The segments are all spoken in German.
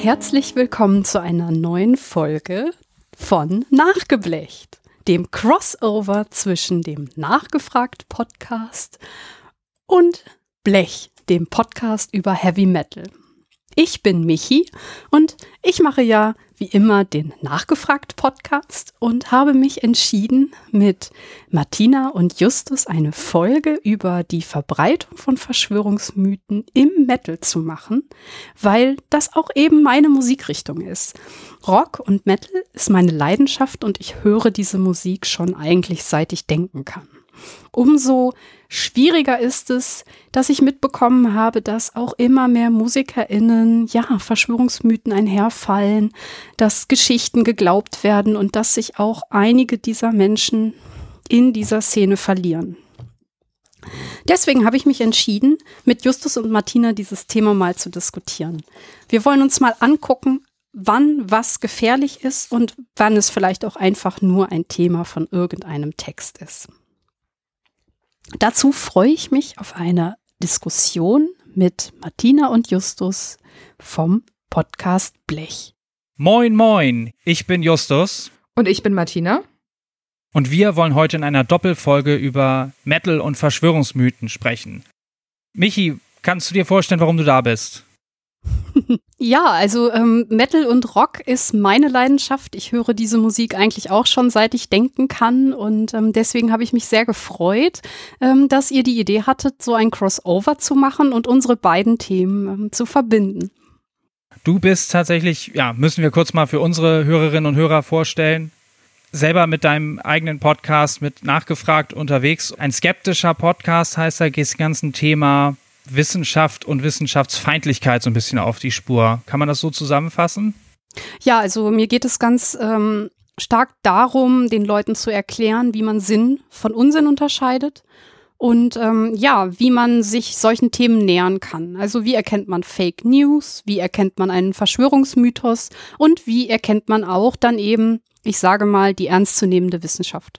herzlich willkommen zu einer neuen Folge von Nachgeblecht, dem Crossover zwischen dem Nachgefragt-Podcast und Blech, dem Podcast über Heavy Metal. Ich bin Michi und ich mache ja wie immer den Nachgefragt-Podcast und habe mich entschieden, mit Martina und Justus eine Folge über die Verbreitung von Verschwörungsmythen im Metal zu machen, weil das auch eben meine Musikrichtung ist. Rock und Metal ist meine Leidenschaft und ich höre diese Musik schon eigentlich seit ich denken kann. Umso schwieriger ist es, dass ich mitbekommen habe, dass auch immer mehr MusikerInnen, Verschwörungsmythen einherfallen, dass Geschichten geglaubt werden und dass sich auch einige dieser Menschen in dieser Szene verlieren. Deswegen habe ich mich entschieden, mit Justus und Martina dieses Thema mal zu diskutieren. Wir wollen uns mal angucken, wann was gefährlich ist und wann es vielleicht auch einfach nur ein Thema von irgendeinem Text ist. Dazu freue ich mich auf eine Diskussion mit Martina und Justus vom Podcast Blech. Moin, moin, ich bin Justus. Und ich bin Martina. Und wir wollen heute in einer Doppelfolge über Metal und Verschwörungsmythen sprechen. Michi, kannst du dir vorstellen, warum du da bist? Ja, also Metal und Rock ist meine Leidenschaft. Ich höre diese Musik eigentlich auch schon, seit ich denken kann. Und deswegen habe ich mich sehr gefreut, dass ihr die Idee hattet, so ein Crossover zu machen und unsere beiden Themen zu verbinden. Du bist tatsächlich, müssen wir kurz mal für unsere Hörerinnen und Hörer vorstellen, selber mit deinem eigenen Podcast mit Nachgefragt unterwegs. Ein skeptischer Podcast heißt, da geht das ganze Thema Wissenschaft und Wissenschaftsfeindlichkeit so ein bisschen auf die Spur. Kann man das so zusammenfassen? Ja, also mir geht es ganz stark darum, den Leuten zu erklären, wie man Sinn von Unsinn unterscheidet und wie man sich solchen Themen nähern kann. Also wie erkennt man Fake News, wie erkennt man einen Verschwörungsmythos und wie erkennt man auch dann eben, ich sage mal, die ernstzunehmende Wissenschaft.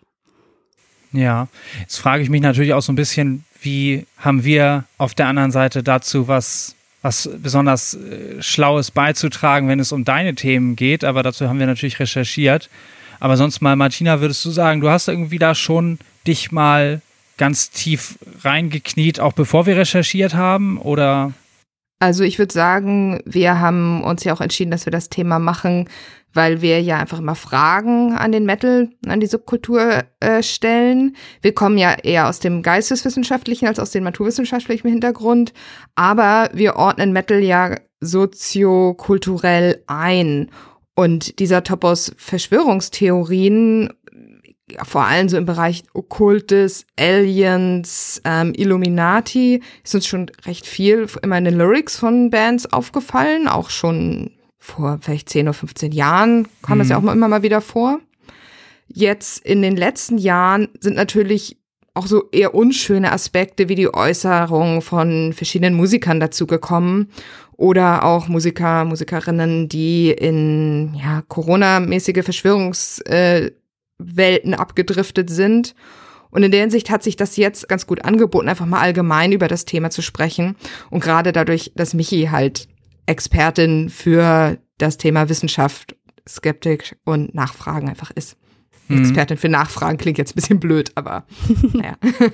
Ja, jetzt frage ich mich natürlich auch so ein bisschen, wie haben wir auf der anderen Seite dazu was besonders Schlaues beizutragen, wenn es um deine Themen geht, aber dazu haben wir natürlich recherchiert. Aber sonst mal, Martina, würdest du sagen, du hast irgendwie da schon dich mal ganz tief reingekniet, auch bevor wir recherchiert haben, oder? Also ich würde sagen, wir haben uns ja auch entschieden, dass wir das Thema machen, weil wir ja einfach immer Fragen an den Metal, an die Subkultur stellen. Wir kommen ja eher aus dem geisteswissenschaftlichen als aus dem naturwissenschaftlichen Hintergrund, aber wir ordnen Metal ja soziokulturell ein. Und dieser Topos Verschwörungstheorien, vor allem so im Bereich Okkultes, Aliens, Illuminati, ist uns schon recht viel immer in den Lyrics von Bands aufgefallen, auch schon vor vielleicht 10 oder 15 Jahren kam das ja auch immer mal wieder vor. Jetzt in den letzten Jahren sind natürlich auch so eher unschöne Aspekte wie die Äußerung von verschiedenen Musikern dazugekommen oder auch Musiker, Musikerinnen, die in Corona-mäßige Verschwörungswelten abgedriftet sind. Und in der Hinsicht hat sich das jetzt ganz gut angeboten, einfach mal allgemein über das Thema zu sprechen. Und gerade dadurch, dass Michi halt Expertin für das Thema Wissenschaft, Skeptik und Nachfragen einfach ist. Expertin für Nachfragen klingt jetzt ein bisschen blöd, aber naja.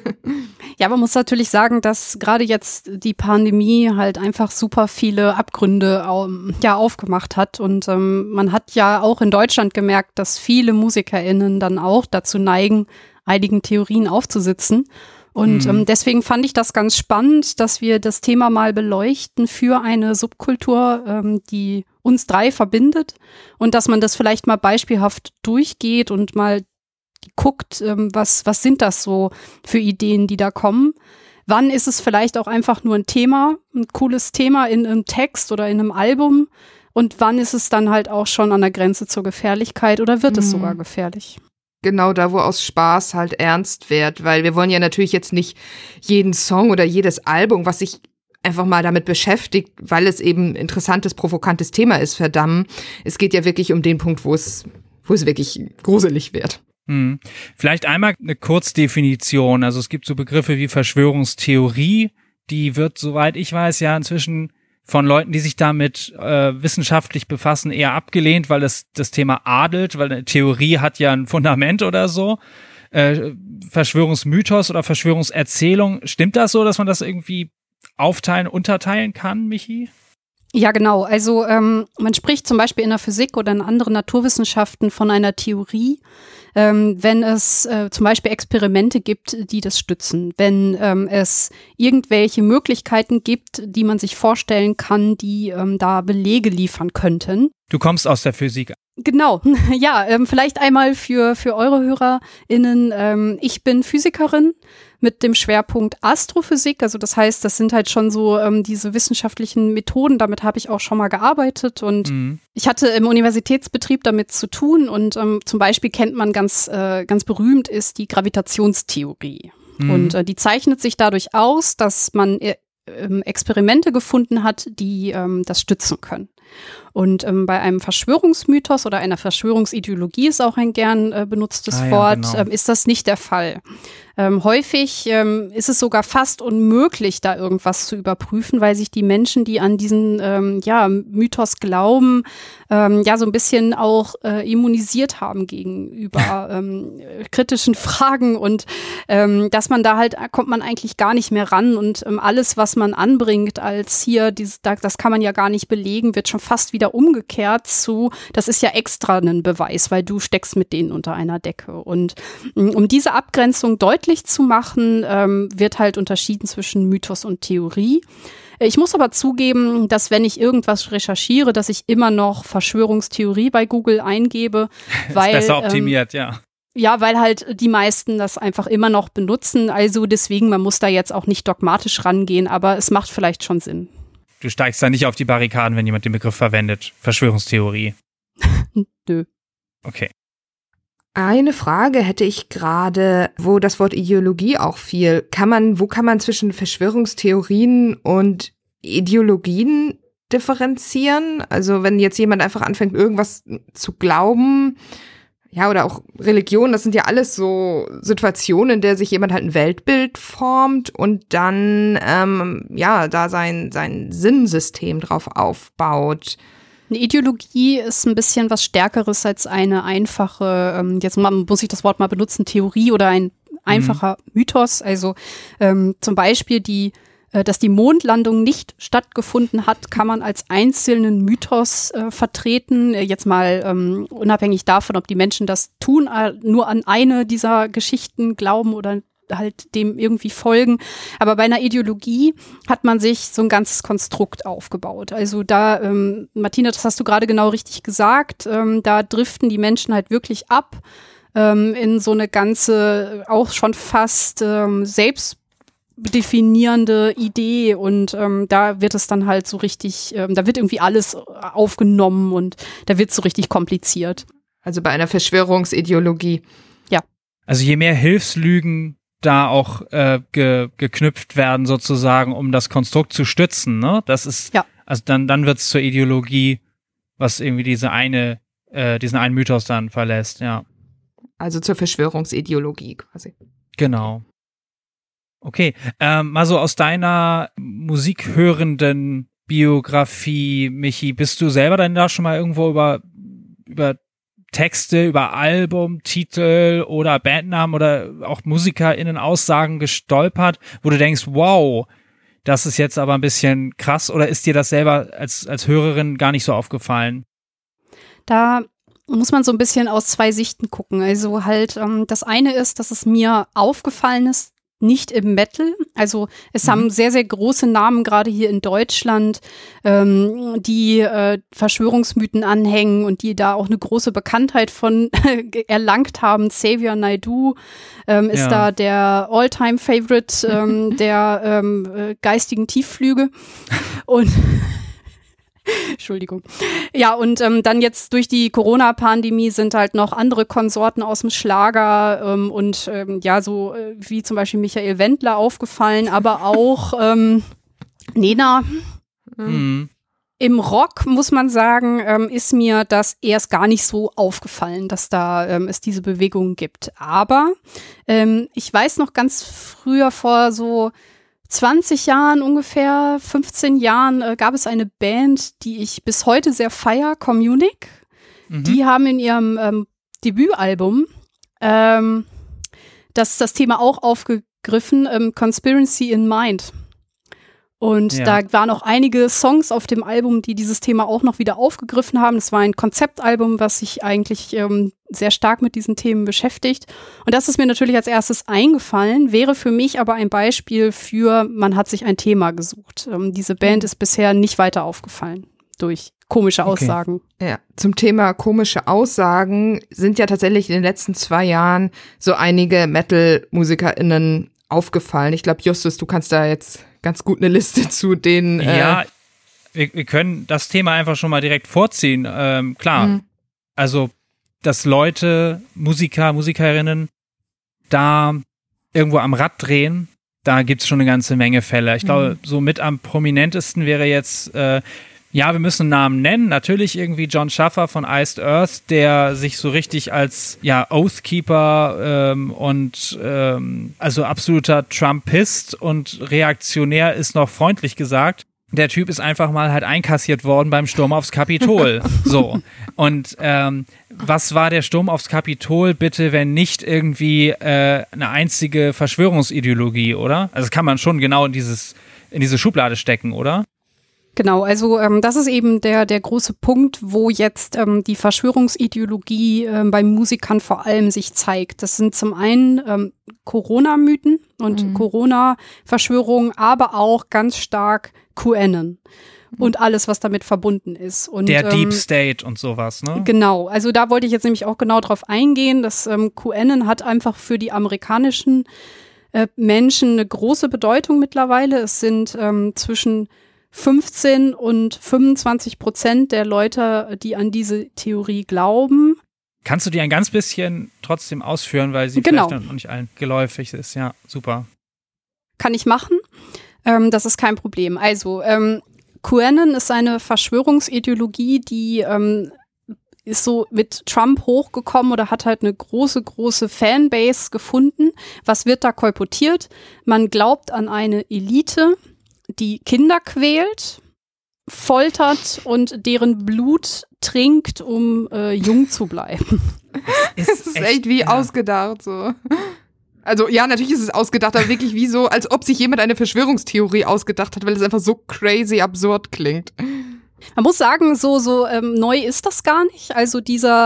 Ja, man muss natürlich sagen, dass gerade jetzt die Pandemie halt einfach super viele Abgründe aufgemacht hat. Und man hat ja auch in Deutschland gemerkt, dass viele MusikerInnen dann auch dazu neigen, einigen Theorien aufzusitzen. Und deswegen fand ich das ganz spannend, dass wir das Thema mal beleuchten für eine Subkultur, die uns drei verbindet und dass man das vielleicht mal beispielhaft durchgeht und mal guckt, was sind das so für Ideen, die da kommen. Wann ist es vielleicht auch einfach nur ein Thema, ein cooles Thema in einem Text oder in einem Album und wann ist es dann halt auch schon an der Grenze zur Gefährlichkeit oder wird es sogar gefährlich? Genau da, wo aus Spaß halt ernst wird, weil wir wollen ja natürlich jetzt nicht jeden Song oder jedes Album, was sich einfach mal damit beschäftigt, weil es eben ein interessantes, provokantes Thema ist, verdammen. Es geht ja wirklich um den Punkt, wo es wirklich gruselig wird. Vielleicht einmal eine Kurzdefinition. Also es gibt so Begriffe wie Verschwörungstheorie, die wird, soweit ich weiß, ja inzwischen von Leuten, die sich damit wissenschaftlich befassen, eher abgelehnt, weil das Thema adelt, weil eine Theorie hat ja ein Fundament oder so. Verschwörungsmythos oder Verschwörungserzählung, stimmt das so, dass man das irgendwie aufteilen, unterteilen kann, Michi? Ja, genau. Also man spricht zum Beispiel in der Physik oder in anderen Naturwissenschaften von einer Theorie, wenn es zum Beispiel Experimente gibt, die das stützen, wenn es irgendwelche Möglichkeiten gibt, die man sich vorstellen kann, die da Belege liefern könnten. Du kommst aus der Physik. Genau, ja, vielleicht einmal für eure HörerInnen. Ich bin Physikerin mit dem Schwerpunkt Astrophysik. Also das heißt, das sind halt schon so diese wissenschaftlichen Methoden. Damit habe ich auch schon mal gearbeitet und ich hatte im Universitätsbetrieb damit zu tun. Und zum Beispiel kennt man ganz berühmt ist die Gravitationstheorie. Und die zeichnet sich dadurch aus, dass man Experimente gefunden hat, die das stützen können. Und bei einem Verschwörungsmythos oder einer Verschwörungsideologie ist auch ein gern benutztes Wort, genau. Ist das nicht der Fall. Häufig ist es sogar fast unmöglich, da irgendwas zu überprüfen, weil sich die Menschen, die an diesen Mythos glauben, so ein bisschen auch immunisiert haben gegenüber kritischen Fragen und dass man da halt, kommt man eigentlich gar nicht mehr ran und alles, was man anbringt als hier, das kann man ja gar nicht belegen, wird schon fast wieder umgekehrt zu, das ist ja extra ein Beweis, weil du steckst mit denen unter einer Decke. Und um diese Abgrenzung deutlich zu machen, wird halt unterschieden zwischen Mythos und Theorie. Ich muss aber zugeben, dass wenn ich irgendwas recherchiere, dass ich immer noch Verschwörungstheorie bei Google eingebe. Weil, ist besser optimiert, ja. Ja, weil halt die meisten das einfach immer noch benutzen. Also deswegen, man muss da jetzt auch nicht dogmatisch rangehen, aber es macht vielleicht schon Sinn. Du steigst da nicht auf die Barrikaden, wenn jemand den Begriff verwendet. Verschwörungstheorie. Nö. Okay. Eine Frage hätte ich gerade, wo das Wort Ideologie auch fiel. Wo kann man zwischen Verschwörungstheorien und Ideologien differenzieren? Also wenn jetzt jemand einfach anfängt, irgendwas zu glauben, ja, oder auch Religion, das sind ja alles so Situationen, in der sich jemand halt ein Weltbild formt und dann, da sein Sinnsystem drauf aufbaut. Eine Ideologie ist ein bisschen was Stärkeres als eine einfache, jetzt muss ich das Wort mal benutzen, Theorie oder ein einfacher Mythos. Also zum Beispiel dass die Mondlandung nicht stattgefunden hat, kann man als einzelnen Mythos vertreten. Jetzt mal unabhängig davon, ob die Menschen das tun, nur an eine dieser Geschichten glauben oder halt dem irgendwie folgen. Aber bei einer Ideologie hat man sich so ein ganzes Konstrukt aufgebaut. Also da, Martina, das hast du gerade genau richtig gesagt, da driften die Menschen halt wirklich ab in so eine ganze, auch schon fast selbstdefinierende Idee und da wird es dann halt so richtig, da wird irgendwie alles aufgenommen und da wird es so richtig kompliziert. Also bei einer Verschwörungsideologie. Ja. Also je mehr Hilfslügen da auch geknüpft werden sozusagen, um das Konstrukt zu stützen, ne? Das ist, ja. Also dann wird es zur Ideologie, was irgendwie diesen einen Mythos dann verlässt, ja. Also zur Verschwörungsideologie quasi. Genau. Okay, mal so aus deiner musikhörenden Biografie, Michi, bist du selber denn da schon mal irgendwo über Texte, über Albumtitel oder Bandnamen oder auch MusikerInnen-Aussagen gestolpert, wo du denkst, wow, das ist jetzt aber ein bisschen krass, oder ist dir das selber als Hörerin gar nicht so aufgefallen? Da muss man so ein bisschen aus zwei Sichten gucken. Also halt, das eine ist, dass es mir aufgefallen ist, nicht im Metal. Also es haben sehr, sehr große Namen, gerade hier in Deutschland, die Verschwörungsmythen anhängen und die da auch eine große Bekanntheit von erlangt haben. Xavier Naidoo ist da der All-Time-Favorite der geistigen Tiefflüge. Und Entschuldigung. Ja, und dann jetzt durch die Corona-Pandemie sind halt noch andere Konsorten aus dem Schlager und wie zum Beispiel Michael Wendler aufgefallen, aber auch Nena. Im Rock, muss man sagen, ist mir das erst gar nicht so aufgefallen, dass da es diese Bewegung gibt. Aber ich weiß noch ganz früher vor so 20 Jahren ungefähr, 15 Jahren gab es eine Band, die ich bis heute sehr feier, Communic. Die haben in ihrem Debütalbum das Thema auch aufgegriffen, Conspiracy in Mind. Und da waren auch einige Songs auf dem Album, die dieses Thema auch noch wieder aufgegriffen haben. Das war ein Konzeptalbum, was sich eigentlich sehr stark mit diesen Themen beschäftigt. Und das ist mir natürlich als erstes eingefallen, wäre für mich aber ein Beispiel für, man hat sich ein Thema gesucht. Diese Band ist bisher nicht weiter aufgefallen durch komische Aussagen. Ja, zum Thema komische Aussagen sind ja tatsächlich in den letzten 2 Jahren so einige Metal-MusikerInnen aufgefallen. Ich glaube, Justus, du kannst da jetzt ganz gut eine Liste zu denen. Ja, wir können das Thema einfach schon mal direkt vorziehen. Klar, also, dass Leute, Musikerinnen da irgendwo am Rad drehen, da gibt es schon eine ganze Menge Fälle. Ich glaube, so mit am prominentesten wäre jetzt wir müssen einen Namen nennen. Natürlich irgendwie Jon Schaffer von Iced Earth, der sich so richtig als Oathkeeper und also absoluter Trumpist und reaktionär ist noch freundlich gesagt. Der Typ ist einfach mal halt einkassiert worden beim Sturm aufs Kapitol. So. Und was war der Sturm aufs Kapitol bitte, wenn nicht irgendwie eine einzige Verschwörungsideologie, oder? Also das kann man schon genau in diese Schublade stecken, oder? Genau, also das ist eben der große Punkt, wo jetzt die Verschwörungsideologie bei Musikern vor allem sich zeigt. Das sind zum einen Corona-Mythen und Corona-Verschwörungen, aber auch ganz stark QAnon und alles, was damit verbunden ist. Und, der Deep State und sowas, ne? Genau, also da wollte ich jetzt nämlich auch genau drauf eingehen, dass QAnon hat einfach für die amerikanischen Menschen eine große Bedeutung mittlerweile. Es sind zwischen 15 und 25% der Leute, die an diese Theorie glauben. Kannst du die ein ganz bisschen trotzdem ausführen, weil sie vielleicht noch nicht allen geläufig ist? Ja, super. Kann ich machen. Das ist kein Problem. Also, QAnon ist eine Verschwörungsideologie, die ist so mit Trump hochgekommen oder hat halt eine große Fanbase gefunden. Was wird da kolportiert? Man glaubt an eine Elite, die Kinder quält, foltert und deren Blut trinkt, um jung zu bleiben. Das ist echt wie ausgedacht so. Also ja, natürlich ist es ausgedacht, aber wirklich wie so, als ob sich jemand eine Verschwörungstheorie ausgedacht hat, weil es einfach so crazy absurd klingt. Man muss sagen, so neu ist das gar nicht. Also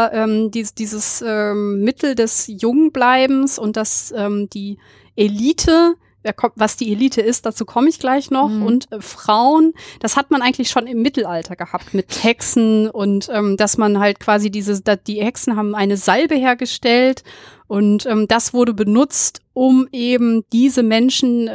dieses Mittel des Jungbleibens und dass die Elite, was die Elite ist, dazu komme ich gleich noch, und Frauen, das hat man eigentlich schon im Mittelalter gehabt mit Hexen und dass man halt quasi die Hexen haben eine Salbe hergestellt und das wurde benutzt, um eben diese Menschen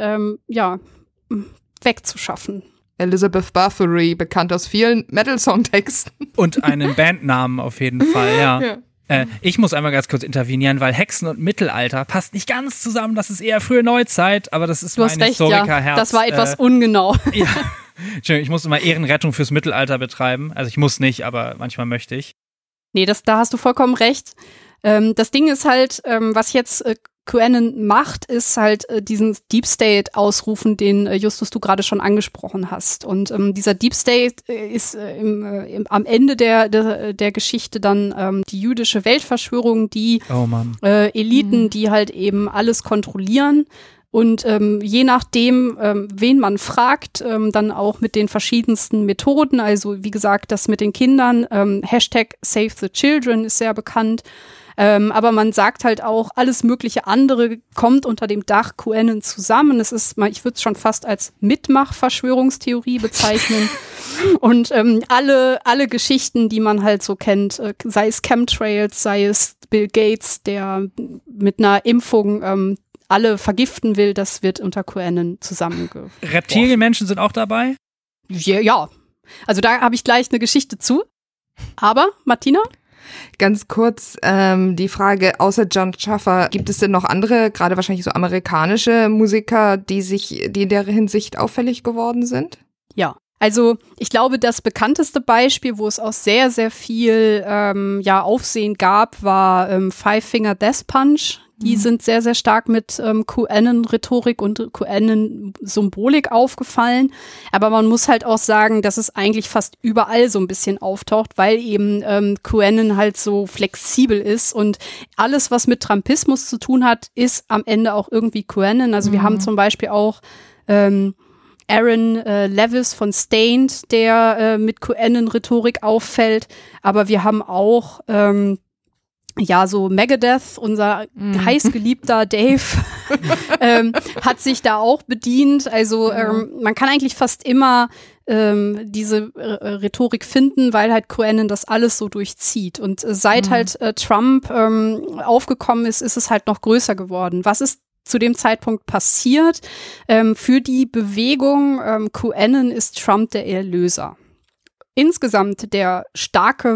wegzuschaffen. Elizabeth Bathory, bekannt aus vielen Metal-Songtexten. Und einen Bandnamen auf jeden Fall, ja. Ich muss einmal ganz kurz intervenieren, weil Hexen und Mittelalter passt nicht ganz zusammen. Das ist eher frühe Neuzeit, aber das ist mein Historikerherz. Das war etwas ungenau. Ja. Entschuldigung, ich muss immer Ehrenrettung fürs Mittelalter betreiben. Also ich muss nicht, aber manchmal möchte ich. Nee, da hast du vollkommen recht. Das Ding ist halt, was jetzt QAnon macht, ist halt diesen Deep State ausrufen, den Justus du gerade schon angesprochen hast. Und dieser Deep State ist am Ende der Geschichte dann die jüdische Weltverschwörung, die Eliten, die halt eben alles kontrollieren. Und je nachdem, wen man fragt, dann auch mit den verschiedensten Methoden. Also wie gesagt, das mit den Kindern, Hashtag Save the Children ist sehr bekannt. Aber man sagt halt auch, alles mögliche andere kommt unter dem Dach QAnon zusammen. Es ist, ich würde es schon fast als Mitmach-Verschwörungstheorie bezeichnen. Und alle Geschichten, die man halt so kennt, sei es Chemtrails, sei es Bill Gates, der mit einer Impfung alle vergiften will, das wird unter QAnon zusammengeworfen. Reptilienmenschen sind auch dabei? Ja. Also da habe ich gleich eine Geschichte zu. Aber, Martina? Ganz kurz die Frage, außer Jon Schaffer, gibt es denn noch andere, gerade wahrscheinlich so amerikanische Musiker, die in der Hinsicht auffällig geworden sind? Ja, also ich glaube, das bekannteste Beispiel, wo es auch sehr, sehr viel Aufsehen gab, war Five Finger Death Punch. Die sind sehr, sehr stark mit QAnon-Rhetorik und QAnon-Symbolik aufgefallen. Aber man muss halt auch sagen, dass es eigentlich fast überall so ein bisschen auftaucht, weil eben QAnon halt so flexibel ist und alles, was mit Trumpismus zu tun hat, ist am Ende auch irgendwie QAnon. Also wir haben zum Beispiel auch Aaron Levis von Stained, der mit QAnon-Rhetorik auffällt. Aber wir haben auch so Megadeth, unser heißgeliebter Dave, hat sich da auch bedient. Also man kann eigentlich fast immer diese Rhetorik finden, weil halt QAnon das alles so durchzieht. Und seit halt Trump aufgekommen ist, ist es halt noch größer geworden. Was ist zu dem Zeitpunkt passiert? Für die Bewegung QAnon ist Trump der Erlöser. Insgesamt der starke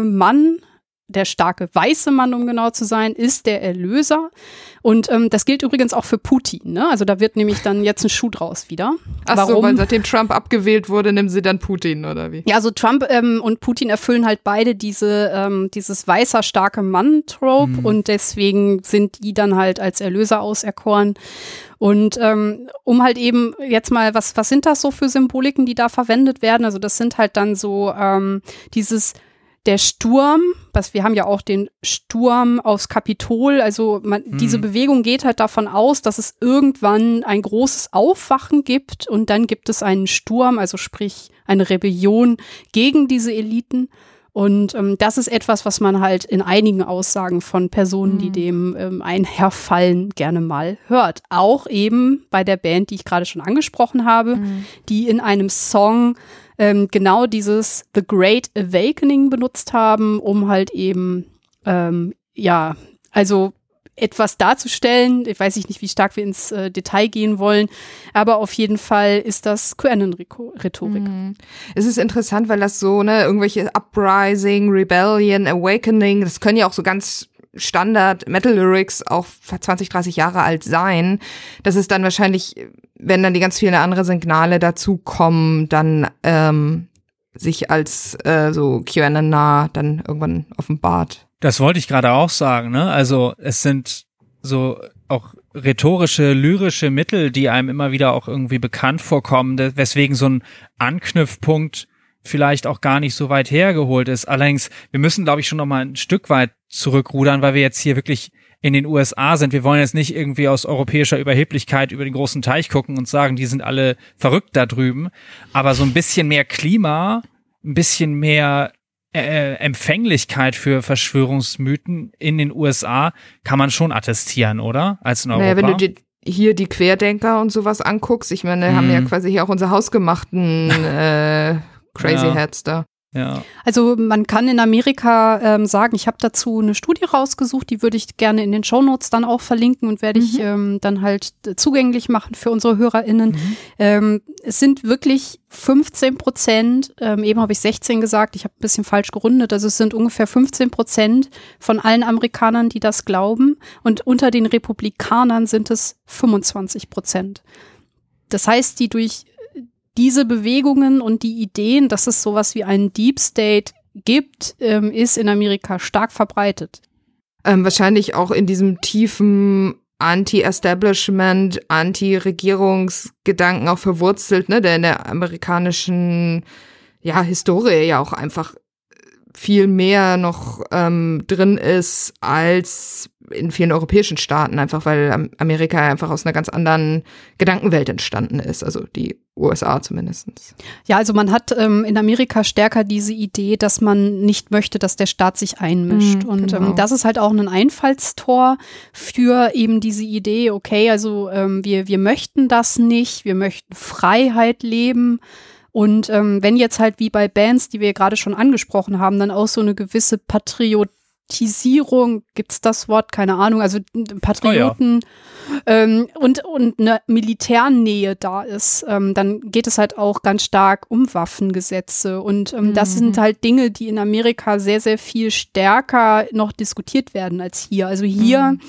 weiße Mann, um genau zu sein, ist der Erlöser. Und das gilt übrigens auch für Putin. Ne? Also da wird nämlich dann jetzt ein Schuh draus wieder. Ach so, weil seitdem Trump abgewählt wurde, nehmen sie dann Putin, oder wie? Ja, also Trump und Putin erfüllen halt beide dieses weißer, starke Mann-Trope und deswegen sind die dann halt als Erlöser auserkoren. Und um halt eben jetzt mal, was sind das so für Symboliken, die da verwendet werden? Also das sind halt dann so der Sturm, wir haben ja auch den Sturm aufs Kapitol, also diese Bewegung geht halt davon aus, dass es irgendwann ein großes Aufwachen gibt und dann gibt es einen Sturm, also sprich eine Rebellion gegen diese Eliten. Und das ist etwas, was man halt in einigen Aussagen von Personen, die dem einherfallen, gerne mal hört. Auch eben bei der Band, die ich gerade schon angesprochen habe, die in einem Song genau dieses The Great Awakening benutzt haben, um halt eben, also etwas darzustellen. Ich weiß nicht, wie stark wir ins Detail gehen wollen, aber auf jeden Fall ist das QAnon-Rhetorik. Es ist interessant, weil das so, irgendwelche Uprising, Rebellion, Awakening, das können ja auch so ganz Standard Metal-Lyrics auch 20, 30 Jahre alt sein. Das ist dann wahrscheinlich, wenn dann die ganz vielen andere Signale dazukommen, dann sich als so QAnon-nah dann irgendwann offenbart. Das wollte ich gerade auch sagen, ne? Also es sind so auch rhetorische, lyrische Mittel, die einem immer wieder auch irgendwie bekannt vorkommen, weswegen so ein Anknüpfpunkt vielleicht auch gar nicht so weit hergeholt ist. Allerdings, wir müssen, glaube ich, schon noch mal ein Stück weit zurückrudern, weil wir jetzt hier wirklich in den USA sind. Wir wollen jetzt nicht irgendwie aus europäischer Überheblichkeit über den großen Teich gucken und sagen, die sind alle verrückt da drüben. Aber so ein bisschen mehr Klima, ein bisschen mehr Empfänglichkeit für Verschwörungsmythen in den USA kann man schon attestieren, oder? Als in Europa. Naja, wenn du dir hier die Querdenker und sowas anguckst, ich meine, haben ja quasi hier auch unsere hausgemachten Crazy Heads da. Ja. Also man kann in Amerika sagen, ich habe dazu eine Studie rausgesucht, die würde ich gerne in den Shownotes dann auch verlinken und werde ich dann halt zugänglich machen für unsere HörerInnen. Es sind wirklich 15%, eben habe ich 16 gesagt, ich habe ein bisschen falsch gerundet, also es sind ungefähr 15% von allen Amerikanern, die das glauben und unter den Republikanern sind es 25%. Das heißt, die durch diese Bewegungen und die Ideen, dass es sowas wie einen Deep State gibt, ist in Amerika stark verbreitet. Wahrscheinlich auch in diesem tiefen Anti-Establishment, Anti-Regierungsgedanken auch verwurzelt, ne, der in der amerikanischen Historie ja auch einfach viel mehr noch drin ist als in vielen europäischen Staaten, einfach weil Amerika einfach aus einer ganz anderen Gedankenwelt entstanden ist, also die USA zumindest. Ja, also man hat in Amerika stärker diese Idee, dass man nicht möchte, dass der Staat sich einmischt. Und das ist halt auch ein Einfallstor für eben diese Idee, okay, also wir möchten das nicht, wir möchten Freiheit leben. Und wenn jetzt halt wie bei Bands, die wir gerade schon angesprochen haben, dann auch so eine gewisse Patriotisierung, gibt's das Wort? Keine Ahnung, also Patrioten und eine Militärnähe da ist, dann geht es halt auch ganz stark um Waffengesetze und das sind halt Dinge, die in Amerika sehr, sehr viel stärker noch diskutiert werden als hier. Also hier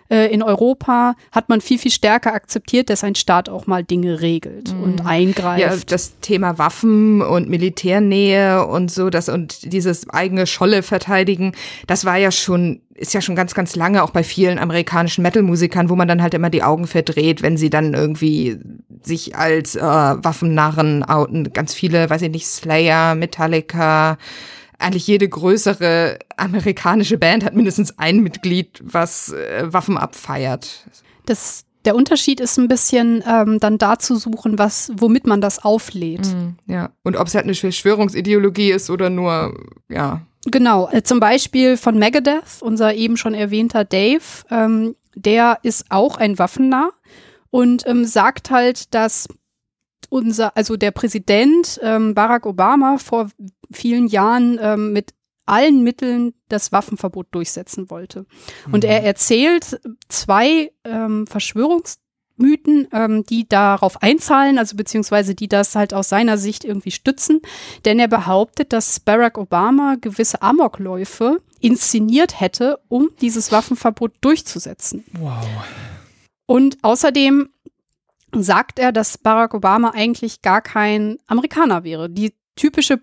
in Europa hat man viel, viel stärker akzeptiert, dass ein Staat auch mal Dinge regelt und eingreift. Ja, das Thema Waffen und Militärnähe und so, und dieses eigene Scholle verteidigen, das ist ja schon ganz, ganz lange auch bei vielen amerikanischen Metal-Musikern, wo man dann halt immer die Augen verdreht, wenn sie dann irgendwie sich als Waffennarren outen. Ganz viele, weiß ich nicht, Slayer, Metallica, eigentlich jede größere amerikanische Band hat mindestens ein Mitglied, was Waffen abfeiert. Der Unterschied ist ein bisschen dann da zu suchen, womit man das auflädt. Ja, und ob es halt eine Verschwörungsideologie ist oder nur, ja. Genau, zum Beispiel von Megadeth, unser eben schon erwähnter Dave, der ist auch ein Waffennarr und sagt halt, dass der Präsident Barack Obama vor vielen Jahren mit allen Mitteln das Waffenverbot durchsetzen wollte. Und er erzählt 2 Verschwörungsmythen, die darauf einzahlen, also beziehungsweise die das halt aus seiner Sicht irgendwie stützen. Denn er behauptet, dass Barack Obama gewisse Amokläufe inszeniert hätte, um dieses Waffenverbot durchzusetzen. Wow. Und außerdem sagt er, dass Barack Obama eigentlich gar kein Amerikaner wäre. Die typische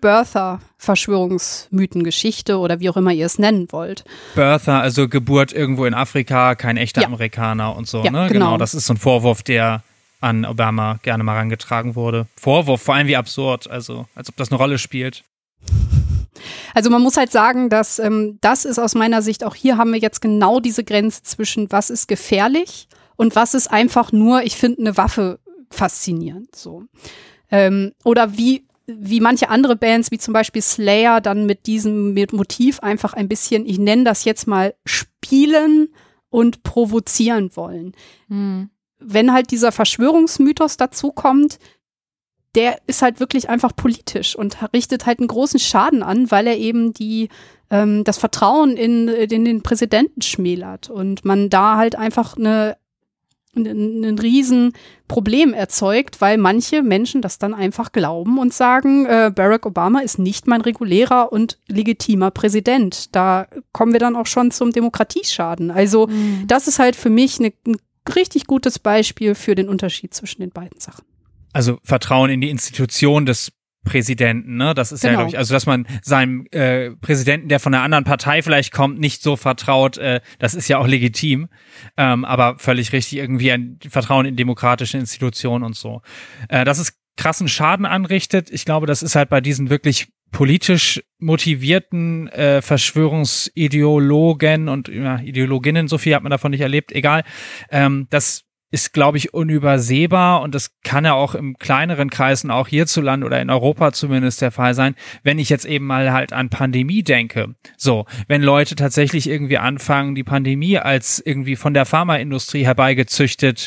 Birther-Verschwörungsmythengeschichte oder wie auch immer ihr es nennen wollt. Birther, also Geburt irgendwo in Afrika, kein echter Amerikaner und so, ja, ne? Genau, das ist so ein Vorwurf, der an Obama gerne mal herangetragen wurde. Vorwurf, vor allem wie absurd, also als ob das eine Rolle spielt. Also man muss halt sagen, dass das ist aus meiner Sicht, auch hier haben wir jetzt genau diese Grenze zwischen was ist gefährlich und was ist einfach nur, ich finde eine Waffe faszinierend. So. Oder wie manche andere Bands, wie zum Beispiel Slayer, dann mit diesem Motiv einfach ein bisschen, ich nenne das jetzt mal, spielen und provozieren wollen. Wenn halt dieser Verschwörungsmythos dazu kommt, der ist halt wirklich einfach politisch und richtet halt einen großen Schaden an, weil er eben das Vertrauen in den Präsidenten schmälert und man da halt einfach ein riesen Problem erzeugt, weil manche Menschen das dann einfach glauben und sagen, Barack Obama ist nicht mein regulärer und legitimer Präsident. Da kommen wir dann auch schon zum Demokratieschaden. Also das ist halt für mich ein richtig gutes Beispiel für den Unterschied zwischen den beiden Sachen. Also Vertrauen in die Institution des Präsidenten, ne? Das ist ja, glaube ich, also dass man seinem Präsidenten, der von einer anderen Partei vielleicht kommt, nicht so vertraut, das ist ja auch legitim, aber völlig richtig, irgendwie ein Vertrauen in demokratische Institutionen und so. Dass es krassen Schaden anrichtet, ich glaube, das ist halt bei diesen wirklich politisch motivierten Verschwörungsideologen und Ideologinnen, so viel hat man davon nicht erlebt, egal, das ist, glaube ich, unübersehbar und das kann ja auch im kleineren Kreisen, auch hierzulande oder in Europa zumindest der Fall sein, wenn ich jetzt eben mal halt an Pandemie denke. So, wenn Leute tatsächlich irgendwie anfangen, die Pandemie als irgendwie von der Pharmaindustrie herbeigezüchtet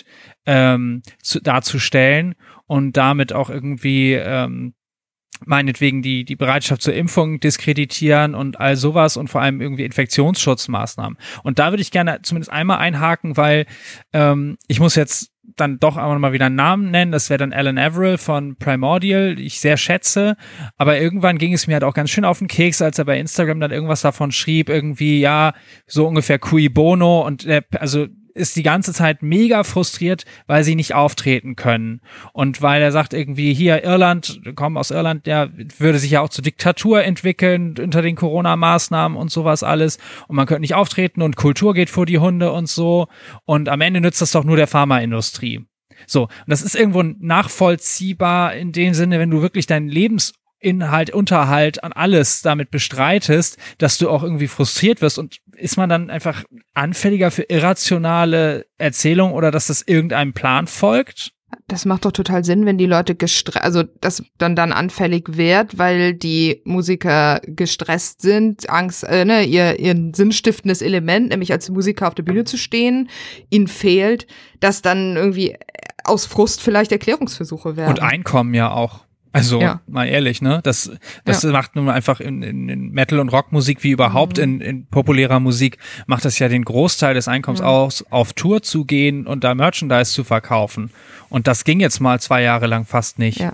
darzustellen und damit auch irgendwie meinetwegen die Bereitschaft zur Impfung diskreditieren und all sowas und vor allem irgendwie Infektionsschutzmaßnahmen. Und da würde ich gerne zumindest einmal einhaken, weil ich muss jetzt dann doch auch mal wieder einen Namen nennen. Das wäre dann Alan Averill von Primordial, die ich sehr schätze. Aber irgendwann ging es mir halt auch ganz schön auf den Keks, als er bei Instagram dann irgendwas davon schrieb, irgendwie, ja, so ungefähr cui bono und ist die ganze Zeit mega frustriert, weil sie nicht auftreten können. Und weil er sagt irgendwie, hier Irland, kommen aus Irland, der würde sich ja auch zur Diktatur entwickeln unter den Corona-Maßnahmen und sowas alles. Und man könnte nicht auftreten und Kultur geht vor die Hunde und so. Und am Ende nützt das doch nur der Pharmaindustrie. So, und das ist irgendwo nachvollziehbar in dem Sinne, wenn du wirklich deinen Unterhalt an alles damit bestreitest, dass du auch irgendwie frustriert wirst und ist man dann einfach anfälliger für irrationale Erzählungen oder dass das irgendeinem Plan folgt? Das macht doch total Sinn, wenn die Leute dass dann anfällig wird, weil die Musiker gestresst sind, Angst, ihr sinnstiftendes Element, nämlich als Musiker auf der Bühne zu stehen, ihnen fehlt, dass dann irgendwie aus Frust vielleicht Erklärungsversuche werden. Und Einkommen ja auch. Also, mal ehrlich, ne? Das macht nun einfach in Metal- und Rockmusik wie überhaupt in populärer Musik, macht das ja den Großteil des Einkommens aus, auf Tour zu gehen und da Merchandise zu verkaufen. Und das ging jetzt mal 2 Jahre lang fast nicht. Ja.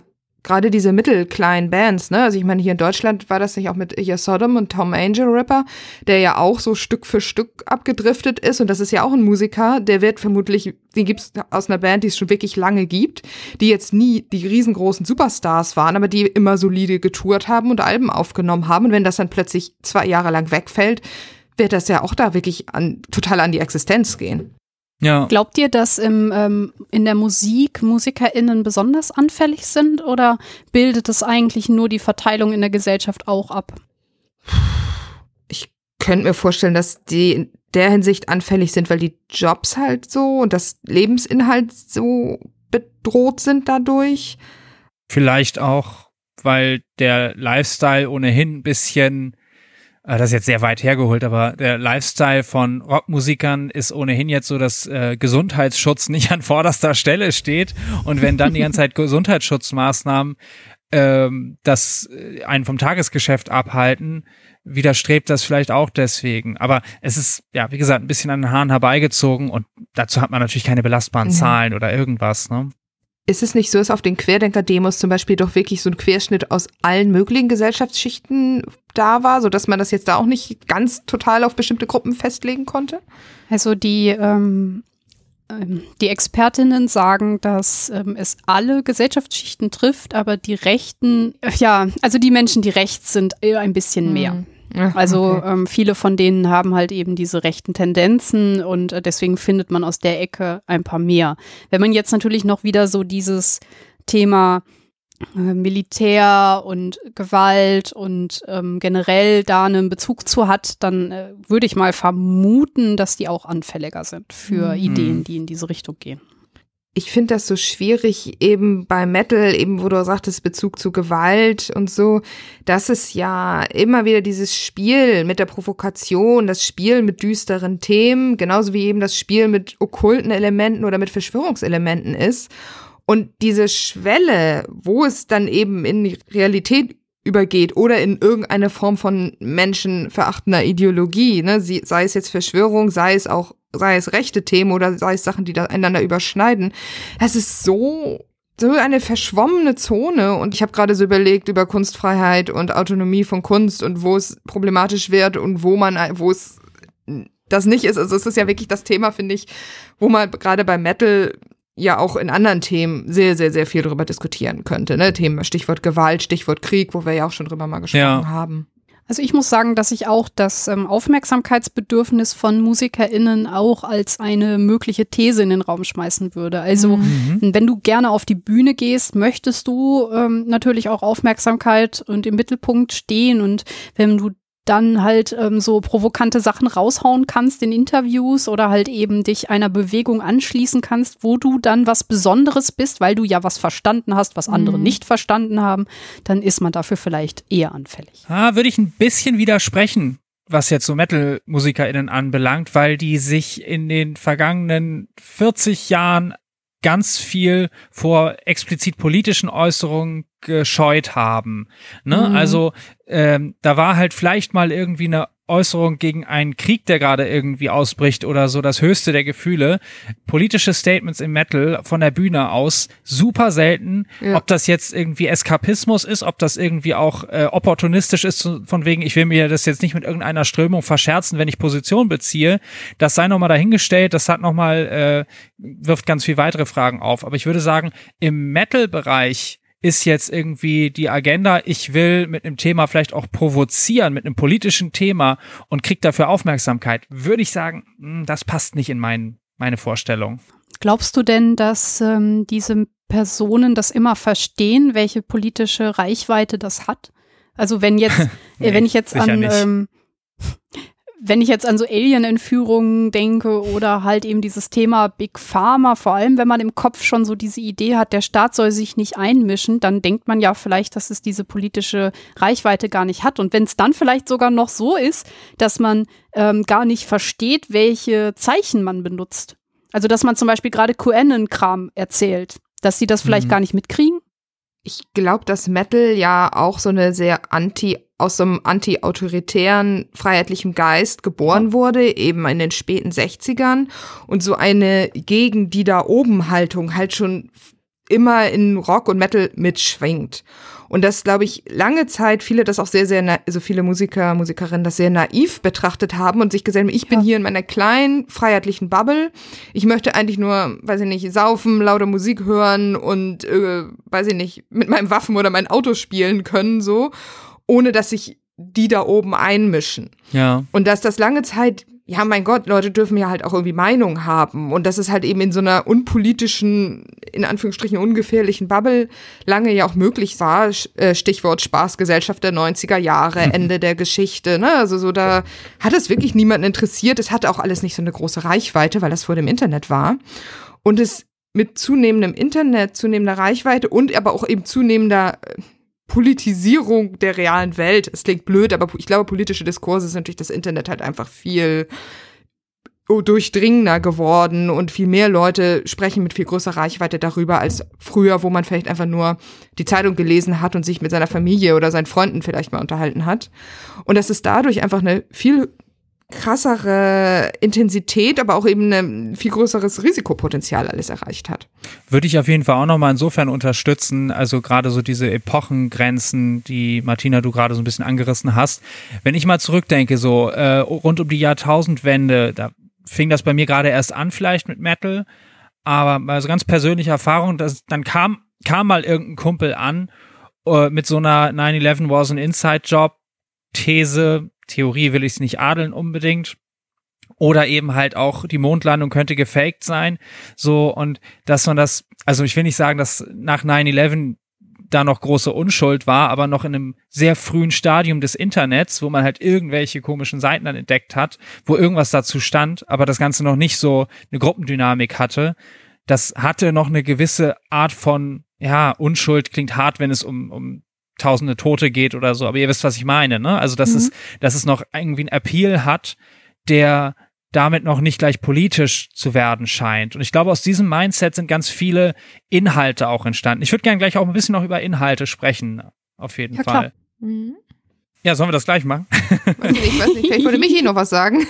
gerade diese mittelkleinen Bands, ne? Also ich meine, hier in Deutschland war das nicht auch mit hier Sodom und Tom Angel Ripper, der ja auch so Stück für Stück abgedriftet ist. Und das ist ja auch ein Musiker, der wird vermutlich, den gibt's aus einer Band, die es schon wirklich lange gibt, die jetzt nie die riesengroßen Superstars waren, aber die immer solide getourt haben und Alben aufgenommen haben. Und wenn das dann plötzlich 2 Jahre lang wegfällt, wird das ja auch da wirklich total an die Existenz gehen. Ja. Glaubt ihr, dass in der Musik MusikerInnen besonders anfällig sind oder bildet es eigentlich nur die Verteilung in der Gesellschaft auch ab? Ich könnte mir vorstellen, dass die in der Hinsicht anfällig sind, weil die Jobs halt so und das Lebensinhalt so bedroht sind dadurch. Vielleicht auch, weil der Lifestyle ohnehin ein bisschen, das ist jetzt sehr weit hergeholt, aber der Lifestyle von Rockmusikern ist ohnehin jetzt so, dass Gesundheitsschutz nicht an vorderster Stelle steht. Und wenn dann die ganze Zeit Gesundheitsschutzmaßnahmen das einen vom Tagesgeschäft abhalten, widerstrebt das vielleicht auch deswegen. Aber es ist, ja, wie gesagt, ein bisschen an den Haaren herbeigezogen und dazu hat man natürlich keine belastbaren Zahlen oder irgendwas, ne? Ist es nicht so, dass auf den Querdenker-Demos zum Beispiel doch wirklich so ein Querschnitt aus allen möglichen Gesellschaftsschichten da war, sodass man das jetzt da auch nicht ganz total auf bestimmte Gruppen festlegen konnte? Also die Expertinnen sagen, dass es alle Gesellschaftsschichten trifft, aber die Rechten, also die Menschen, die rechts sind, ein bisschen mehr. Also okay. Viele von denen haben halt eben diese rechten Tendenzen und deswegen findet man aus der Ecke ein paar mehr. Wenn man jetzt natürlich noch wieder so dieses Thema Militär und Gewalt und generell da einen Bezug zu hat, dann würde ich mal vermuten, dass die auch anfälliger sind für Ideen, die in diese Richtung gehen. Ich finde das so schwierig eben bei Metal, eben wo du sagtest, Bezug zu Gewalt und so, dass es ja immer wieder dieses Spiel mit der Provokation, das Spiel mit düsteren Themen, genauso wie eben das Spiel mit okkulten Elementen oder mit Verschwörungselementen ist. Und diese Schwelle, wo es dann eben in die Realität übergeht oder in irgendeine Form von menschenverachtender Ideologie, ne, sei es jetzt Verschwörung, sei es rechte Themen oder sei es Sachen, die da einander überschneiden. Es ist so eine verschwommene Zone und ich habe gerade so überlegt über Kunstfreiheit und Autonomie von Kunst und wo es problematisch wird und wo es das nicht ist. Also es ist ja wirklich das Thema, finde ich, wo man gerade bei Metal ja auch in anderen Themen sehr, sehr, sehr viel drüber diskutieren könnte. Ne? Themen, Stichwort Gewalt, Stichwort Krieg, wo wir ja auch schon drüber mal gesprochen haben. Also ich muss sagen, dass ich auch das Aufmerksamkeitsbedürfnis von MusikerInnen auch als eine mögliche These in den Raum schmeißen würde. Also wenn du gerne auf die Bühne gehst, möchtest du natürlich auch Aufmerksamkeit und im Mittelpunkt stehen. Und wenn du dann halt so provokante Sachen raushauen kannst in Interviews oder halt eben dich einer Bewegung anschließen kannst, wo du dann was Besonderes bist, weil du ja was verstanden hast, was andere nicht verstanden haben, dann ist man dafür vielleicht eher anfällig. Würde ich ein bisschen widersprechen, was jetzt so Metal-MusikerInnen anbelangt, weil die sich in den vergangenen 40 Jahren ganz viel vor explizit politischen Äußerungen gescheut haben. Ne? Also da war halt vielleicht mal irgendwie eine Äußerung gegen einen Krieg, der gerade irgendwie ausbricht oder so, das höchste der Gefühle. Politische Statements im Metal von der Bühne aus super selten. Ja. Ob das jetzt irgendwie Eskapismus ist, ob das irgendwie auch opportunistisch ist, von wegen, ich will mir das jetzt nicht mit irgendeiner Strömung verscherzen, wenn ich Position beziehe. Das sei nochmal dahingestellt, das hat nochmal, wirft ganz viel weitere Fragen auf. Aber ich würde sagen, im Metal-Bereich ist jetzt irgendwie die Agenda, ich will mit einem Thema vielleicht auch provozieren, mit einem politischen Thema und krieg dafür Aufmerksamkeit, würde ich sagen, das passt nicht in meine Vorstellung. Glaubst du denn, dass diese Personen das immer verstehen, welche politische Reichweite das hat? Also wenn jetzt, wenn ich jetzt an so Alien-Entführungen denke oder halt eben dieses Thema Big Pharma, vor allem wenn man im Kopf schon so diese Idee hat, der Staat soll sich nicht einmischen, dann denkt man ja vielleicht, dass es diese politische Reichweite gar nicht hat. Und wenn es dann vielleicht sogar noch so ist, dass man gar nicht versteht, welche Zeichen man benutzt. Also dass man zum Beispiel gerade QAnon-Kram erzählt, dass sie das vielleicht gar nicht mitkriegen. Ich glaube, dass Metal ja auch so eine sehr aus so einem anti-autoritären, freiheitlichen Geist geboren wurde, eben in den späten 60ern und so eine gegen die da oben Haltung halt schon immer in Rock und Metal mitschwingt. Und das, glaube ich, lange Zeit viele das auch also viele Musiker, Musikerinnen das sehr naiv betrachtet haben und sich gesagt haben, ich bin hier in meiner kleinen, freiheitlichen Bubble. Ich möchte eigentlich nur, weiß ich nicht, saufen, laute Musik hören und, weiß ich nicht, mit meinem Waffen oder mein Auto spielen können, so, ohne dass sich die da oben einmischen. Ja. Und dass das lange Zeit, ja, mein Gott, Leute dürfen ja halt auch irgendwie Meinung haben. Und dass es halt eben in so einer unpolitischen, in Anführungsstrichen ungefährlichen Bubble lange ja auch möglich war. Stichwort Spaßgesellschaft der 90er Jahre, Ende der Geschichte, ne? Also so, da hat es wirklich niemanden interessiert. Es hatte auch alles nicht so eine große Reichweite, weil das vor dem Internet war. Und es mit zunehmendem Internet, zunehmender Reichweite und aber auch eben zunehmender Politisierung der realen Welt. Es klingt blöd, aber ich glaube, politische Diskurse ist natürlich das Internet halt einfach viel durchdringender geworden und viel mehr Leute sprechen mit viel größerer Reichweite darüber als früher, wo man vielleicht einfach nur die Zeitung gelesen hat und sich mit seiner Familie oder seinen Freunden vielleicht mal unterhalten hat. Und dass es dadurch einfach eine viel krassere Intensität, aber auch eben ein viel größeres Risikopotenzial alles erreicht hat. Würde ich auf jeden Fall auch nochmal insofern unterstützen, also gerade so diese Epochengrenzen, die Martina, du gerade so ein bisschen angerissen hast. Wenn ich mal zurückdenke, so rund um die Jahrtausendwende, da fing das bei mir gerade erst an vielleicht mit Metal, aber also ganz persönliche Erfahrung, dann kam mal irgendein Kumpel an mit so einer 9/11 was an Inside-Job These, Theorie will ich es nicht adeln unbedingt. Oder eben halt auch die Mondlandung könnte gefaked sein. So, und dass man das, also ich will nicht sagen, dass nach 9/11 da noch große Unschuld war, aber noch in einem sehr frühen Stadium des Internets, wo man halt irgendwelche komischen Seiten dann entdeckt hat, wo irgendwas dazu stand, aber das Ganze noch nicht so eine Gruppendynamik hatte. Das hatte noch eine gewisse Art von, ja, Unschuld klingt hart, wenn es um tausende Tote geht oder so, aber ihr wisst, was ich meine, ne? Also, dass es noch irgendwie einen Appeal hat, der damit noch nicht gleich politisch zu werden scheint. Und ich glaube, aus diesem Mindset sind ganz viele Inhalte auch entstanden. Ich würde gerne gleich auch ein bisschen noch über Inhalte sprechen, auf jeden Fall. Klar. Mhm. Ja, sollen wir das gleich machen? Weiß nicht, vielleicht wollte Michi noch was sagen.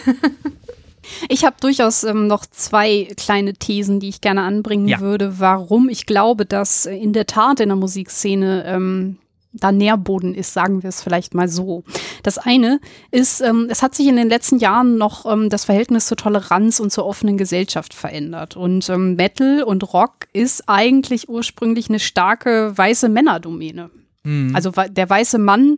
Ich habe durchaus noch zwei kleine Thesen, die ich gerne anbringen würde, warum ich glaube, dass in der Tat in der Musikszene da Nährboden ist, sagen wir es vielleicht mal so. Das eine ist, es hat sich in den letzten Jahren noch das Verhältnis zur Toleranz und zur offenen Gesellschaft verändert. Und Metal und Rock ist eigentlich ursprünglich eine starke weiße Männerdomäne. Also der weiße Mann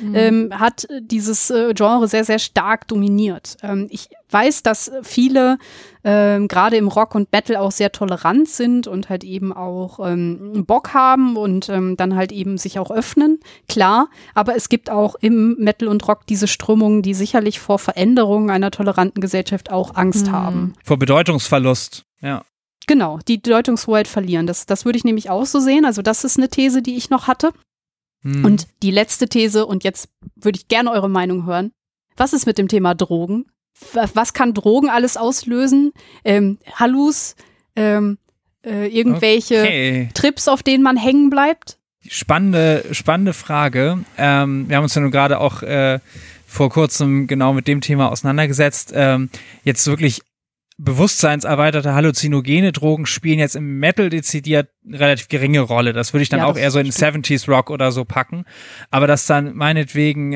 hat dieses Genre sehr, sehr stark dominiert. Ich weiß, dass viele gerade im Rock und Metal auch sehr tolerant sind und halt eben auch Bock haben und dann halt eben sich auch öffnen, klar. Aber es gibt auch im Metal und Rock diese Strömungen, die sicherlich vor Veränderungen einer toleranten Gesellschaft auch Angst haben. Vor Bedeutungsverlust, ja. Genau, die Deutungshoheit verlieren. Das würde ich nämlich auch so sehen. Also das ist eine These, die ich noch hatte. Und die letzte These, und jetzt würde ich gerne eure Meinung hören. Was ist mit dem Thema Drogen? Was kann Drogen alles auslösen? Hallus, irgendwelche Trips, auf denen man hängen bleibt? Spannende Frage. Wir haben uns ja nun gerade auch vor kurzem genau mit dem Thema auseinandergesetzt. Jetzt wirklich bewusstseinserweiterte halluzinogene Drogen spielen jetzt im Metal dezidiert eine relativ geringe Rolle. Das würde ich dann auch eher so in 70s Rock oder so packen. Aber dass dann meinetwegen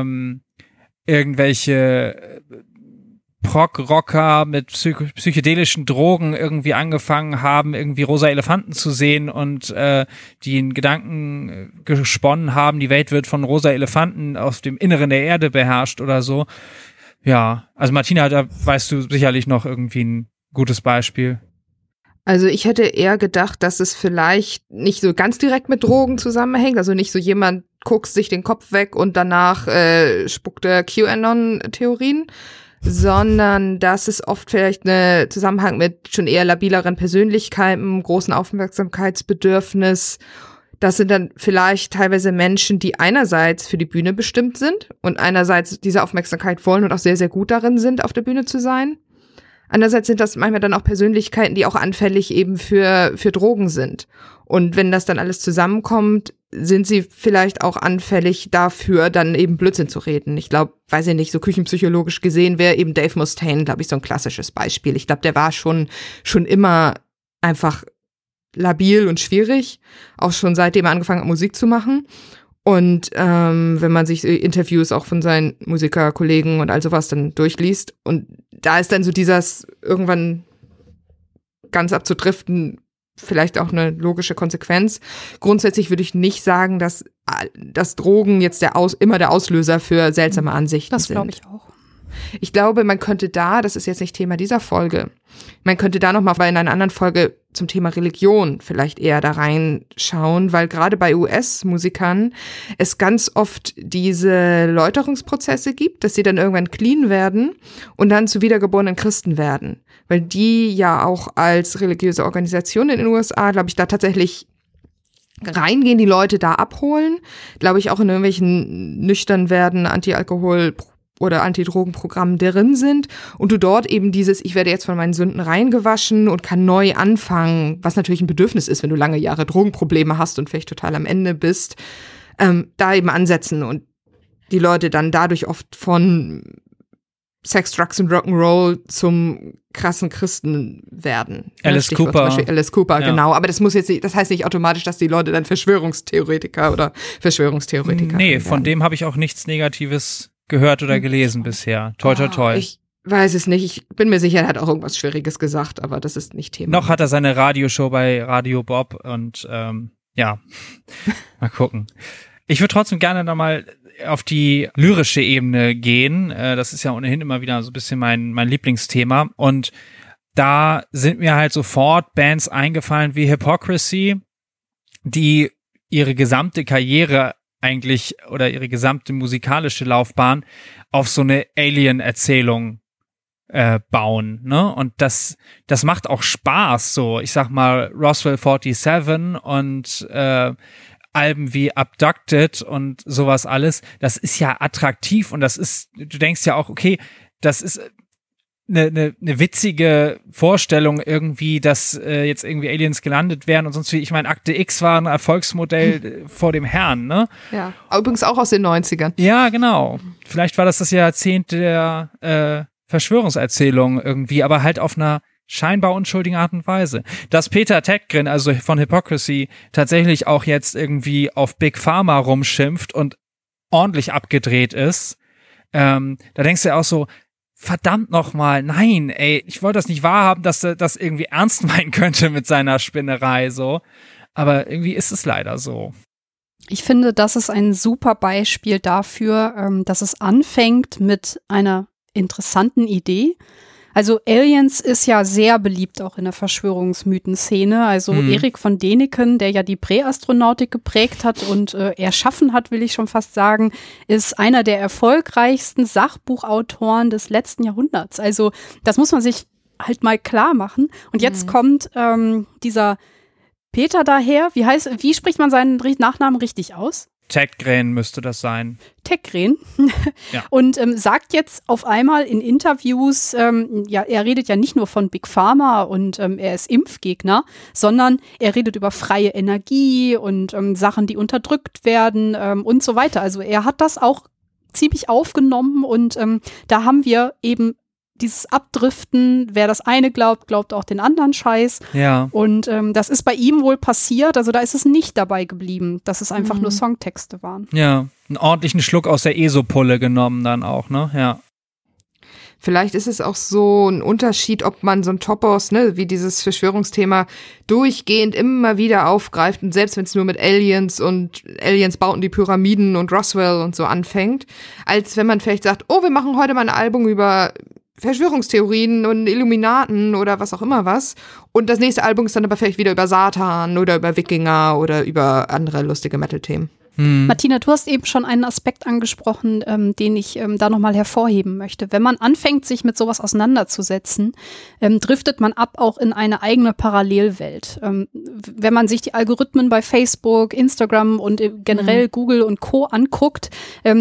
irgendwelche Prog-Rocker mit psychedelischen Drogen irgendwie angefangen haben, irgendwie rosa Elefanten zu sehen und die einen Gedanken gesponnen haben, die Welt wird von rosa Elefanten aus dem Inneren der Erde beherrscht oder so. Ja, also Martina, da weißt du sicherlich noch irgendwie ein gutes Beispiel. Also ich hätte eher gedacht, dass es vielleicht nicht so ganz direkt mit Drogen zusammenhängt, also nicht so jemand guckt sich den Kopf weg und danach spuckt er QAnon-Theorien, sondern dass es oft vielleicht einen Zusammenhang mit schon eher labileren Persönlichkeiten, großen Aufmerksamkeitsbedürfnis. Das sind dann vielleicht teilweise Menschen, die einerseits für die Bühne bestimmt sind und einerseits diese Aufmerksamkeit wollen und auch sehr, sehr gut darin sind, auf der Bühne zu sein. Andererseits sind das manchmal dann auch Persönlichkeiten, die auch anfällig eben für Drogen sind. Und wenn das dann alles zusammenkommt, sind sie vielleicht auch anfällig dafür, dann eben Blödsinn zu reden. Ich glaube, weiß ich nicht, so küchenpsychologisch gesehen wäre eben Dave Mustaine, glaube ich, so ein klassisches Beispiel. Ich glaube, der war schon immer einfach labil und schwierig, auch schon seitdem er angefangen hat, Musik zu machen. Und wenn man sich Interviews auch von seinen Musikerkollegen und all sowas dann durchliest, und da ist dann so dieses irgendwann ganz abzudriften vielleicht auch eine logische Konsequenz. Grundsätzlich würde ich nicht sagen, dass Drogen jetzt immer der Auslöser für seltsame Ansichten sind. Das glaube ich auch. Ich glaube, man könnte das ist jetzt nicht Thema dieser Folge, man könnte da nochmal in einer anderen Folge zum Thema Religion vielleicht eher da reinschauen, weil gerade bei US-Musikern es ganz oft diese Läuterungsprozesse gibt, dass sie dann irgendwann clean werden und dann zu wiedergeborenen Christen werden. Weil die ja auch als religiöse Organisation in den USA, glaube ich, da tatsächlich reingehen, die Leute da abholen, glaube ich, auch in irgendwelchen nüchtern werden, Anti-Alkohol- oder Antidrogenprogrammen drin sind und du dort eben ich werde jetzt von meinen Sünden reingewaschen und kann neu anfangen, was natürlich ein Bedürfnis ist, wenn du lange Jahre Drogenprobleme hast und vielleicht total am Ende bist, da eben ansetzen und die Leute dann dadurch oft von Sex, Drugs und Rock'n'Roll zum krassen Christen werden. Alice Cooper. Zum Beispiel Alice Cooper, ja. Genau. Aber das heißt nicht automatisch, dass die Leute dann Verschwörungstheoretiker werden. Nee, von dem habe ich auch nichts Negatives gehört oder gelesen bisher. Toi, toi, toi. Ich weiß es nicht. Ich bin mir sicher, er hat auch irgendwas Schwieriges gesagt, aber das ist nicht Thema. Noch hat er seine Radioshow bei Radio Bob und ja, mal gucken. Ich würde trotzdem gerne nochmal auf die lyrische Ebene gehen. Das ist ja ohnehin immer wieder so ein bisschen mein Lieblingsthema. Und da sind mir halt sofort Bands eingefallen wie Hypocrisy, die ihre gesamte Karriere eigentlich oder ihre gesamte musikalische Laufbahn auf so eine Alien-Erzählung bauen, ne? Und das macht auch Spaß, so. Ich sag mal, Roswell 47 und Alben wie Abducted und sowas alles, das ist ja attraktiv und du denkst ja auch, okay, das ist eine witzige Vorstellung irgendwie, dass jetzt irgendwie Aliens gelandet wären und sonst wie. Ich meine, Akte X war ein Erfolgsmodell vor dem Herrn, ne? Ja, übrigens auch aus den 90ern. Ja, genau. Vielleicht war das Jahrzehnt der Verschwörungserzählung irgendwie, aber halt auf einer scheinbar unschuldigen Art und Weise. Dass Peter Tägtgren, also von Hypocrisy, tatsächlich auch jetzt irgendwie auf Big Pharma rumschimpft und ordentlich abgedreht ist, da denkst du ja auch so, verdammt nochmal, nein, ey, ich wollte das nicht wahrhaben, dass er das irgendwie ernst meinen könnte mit seiner Spinnerei, so. Aber irgendwie ist es leider so. Ich finde, das ist ein super Beispiel dafür, dass es anfängt mit einer interessanten Idee. Also Aliens ist ja sehr beliebt auch in der Verschwörungsmythen-Szene. Also Erik von Däniken, der ja die Präastronautik geprägt hat und erschaffen hat, will ich schon fast sagen, ist einer der erfolgreichsten Sachbuchautoren des letzten Jahrhunderts. Also das muss man sich halt mal klar machen. Und jetzt kommt dieser Peter daher. Wie spricht man seinen Nachnamen richtig aus? Tägtgren müsste das sein. Tägtgren. Ja. Und sagt jetzt auf einmal in Interviews, ja, er redet ja nicht nur von Big Pharma und er ist Impfgegner, sondern er redet über freie Energie und Sachen, die unterdrückt werden und so weiter. Also er hat das auch ziemlich aufgenommen und da haben wir eben dieses Abdriften, wer das eine glaubt, glaubt auch den anderen Scheiß. Ja. Und das ist bei ihm wohl passiert, also da ist es nicht dabei geblieben, dass es einfach nur Songtexte waren. Ja, einen ordentlichen Schluck aus der ESO-Pulle genommen dann auch, ne? Ja. Vielleicht ist es auch so ein Unterschied, ob man so ein Topos, ne, wie dieses Verschwörungsthema, durchgehend immer wieder aufgreift und selbst wenn es nur mit Aliens und Aliens bauten die Pyramiden und Roswell und so anfängt, als wenn man vielleicht sagt, oh, wir machen heute mal ein Album über Verschwörungstheorien und Illuminaten oder was auch immer was. Und das nächste Album ist dann aber vielleicht wieder über Satan oder über Wikinger oder über andere lustige Metal-Themen. Martina, du hast eben schon einen Aspekt angesprochen, den ich da nochmal hervorheben möchte. Wenn man anfängt, sich mit sowas auseinanderzusetzen, driftet man ab auch in eine eigene Parallelwelt. Wenn man sich die Algorithmen bei Facebook, Instagram und generell Google und Co. anguckt,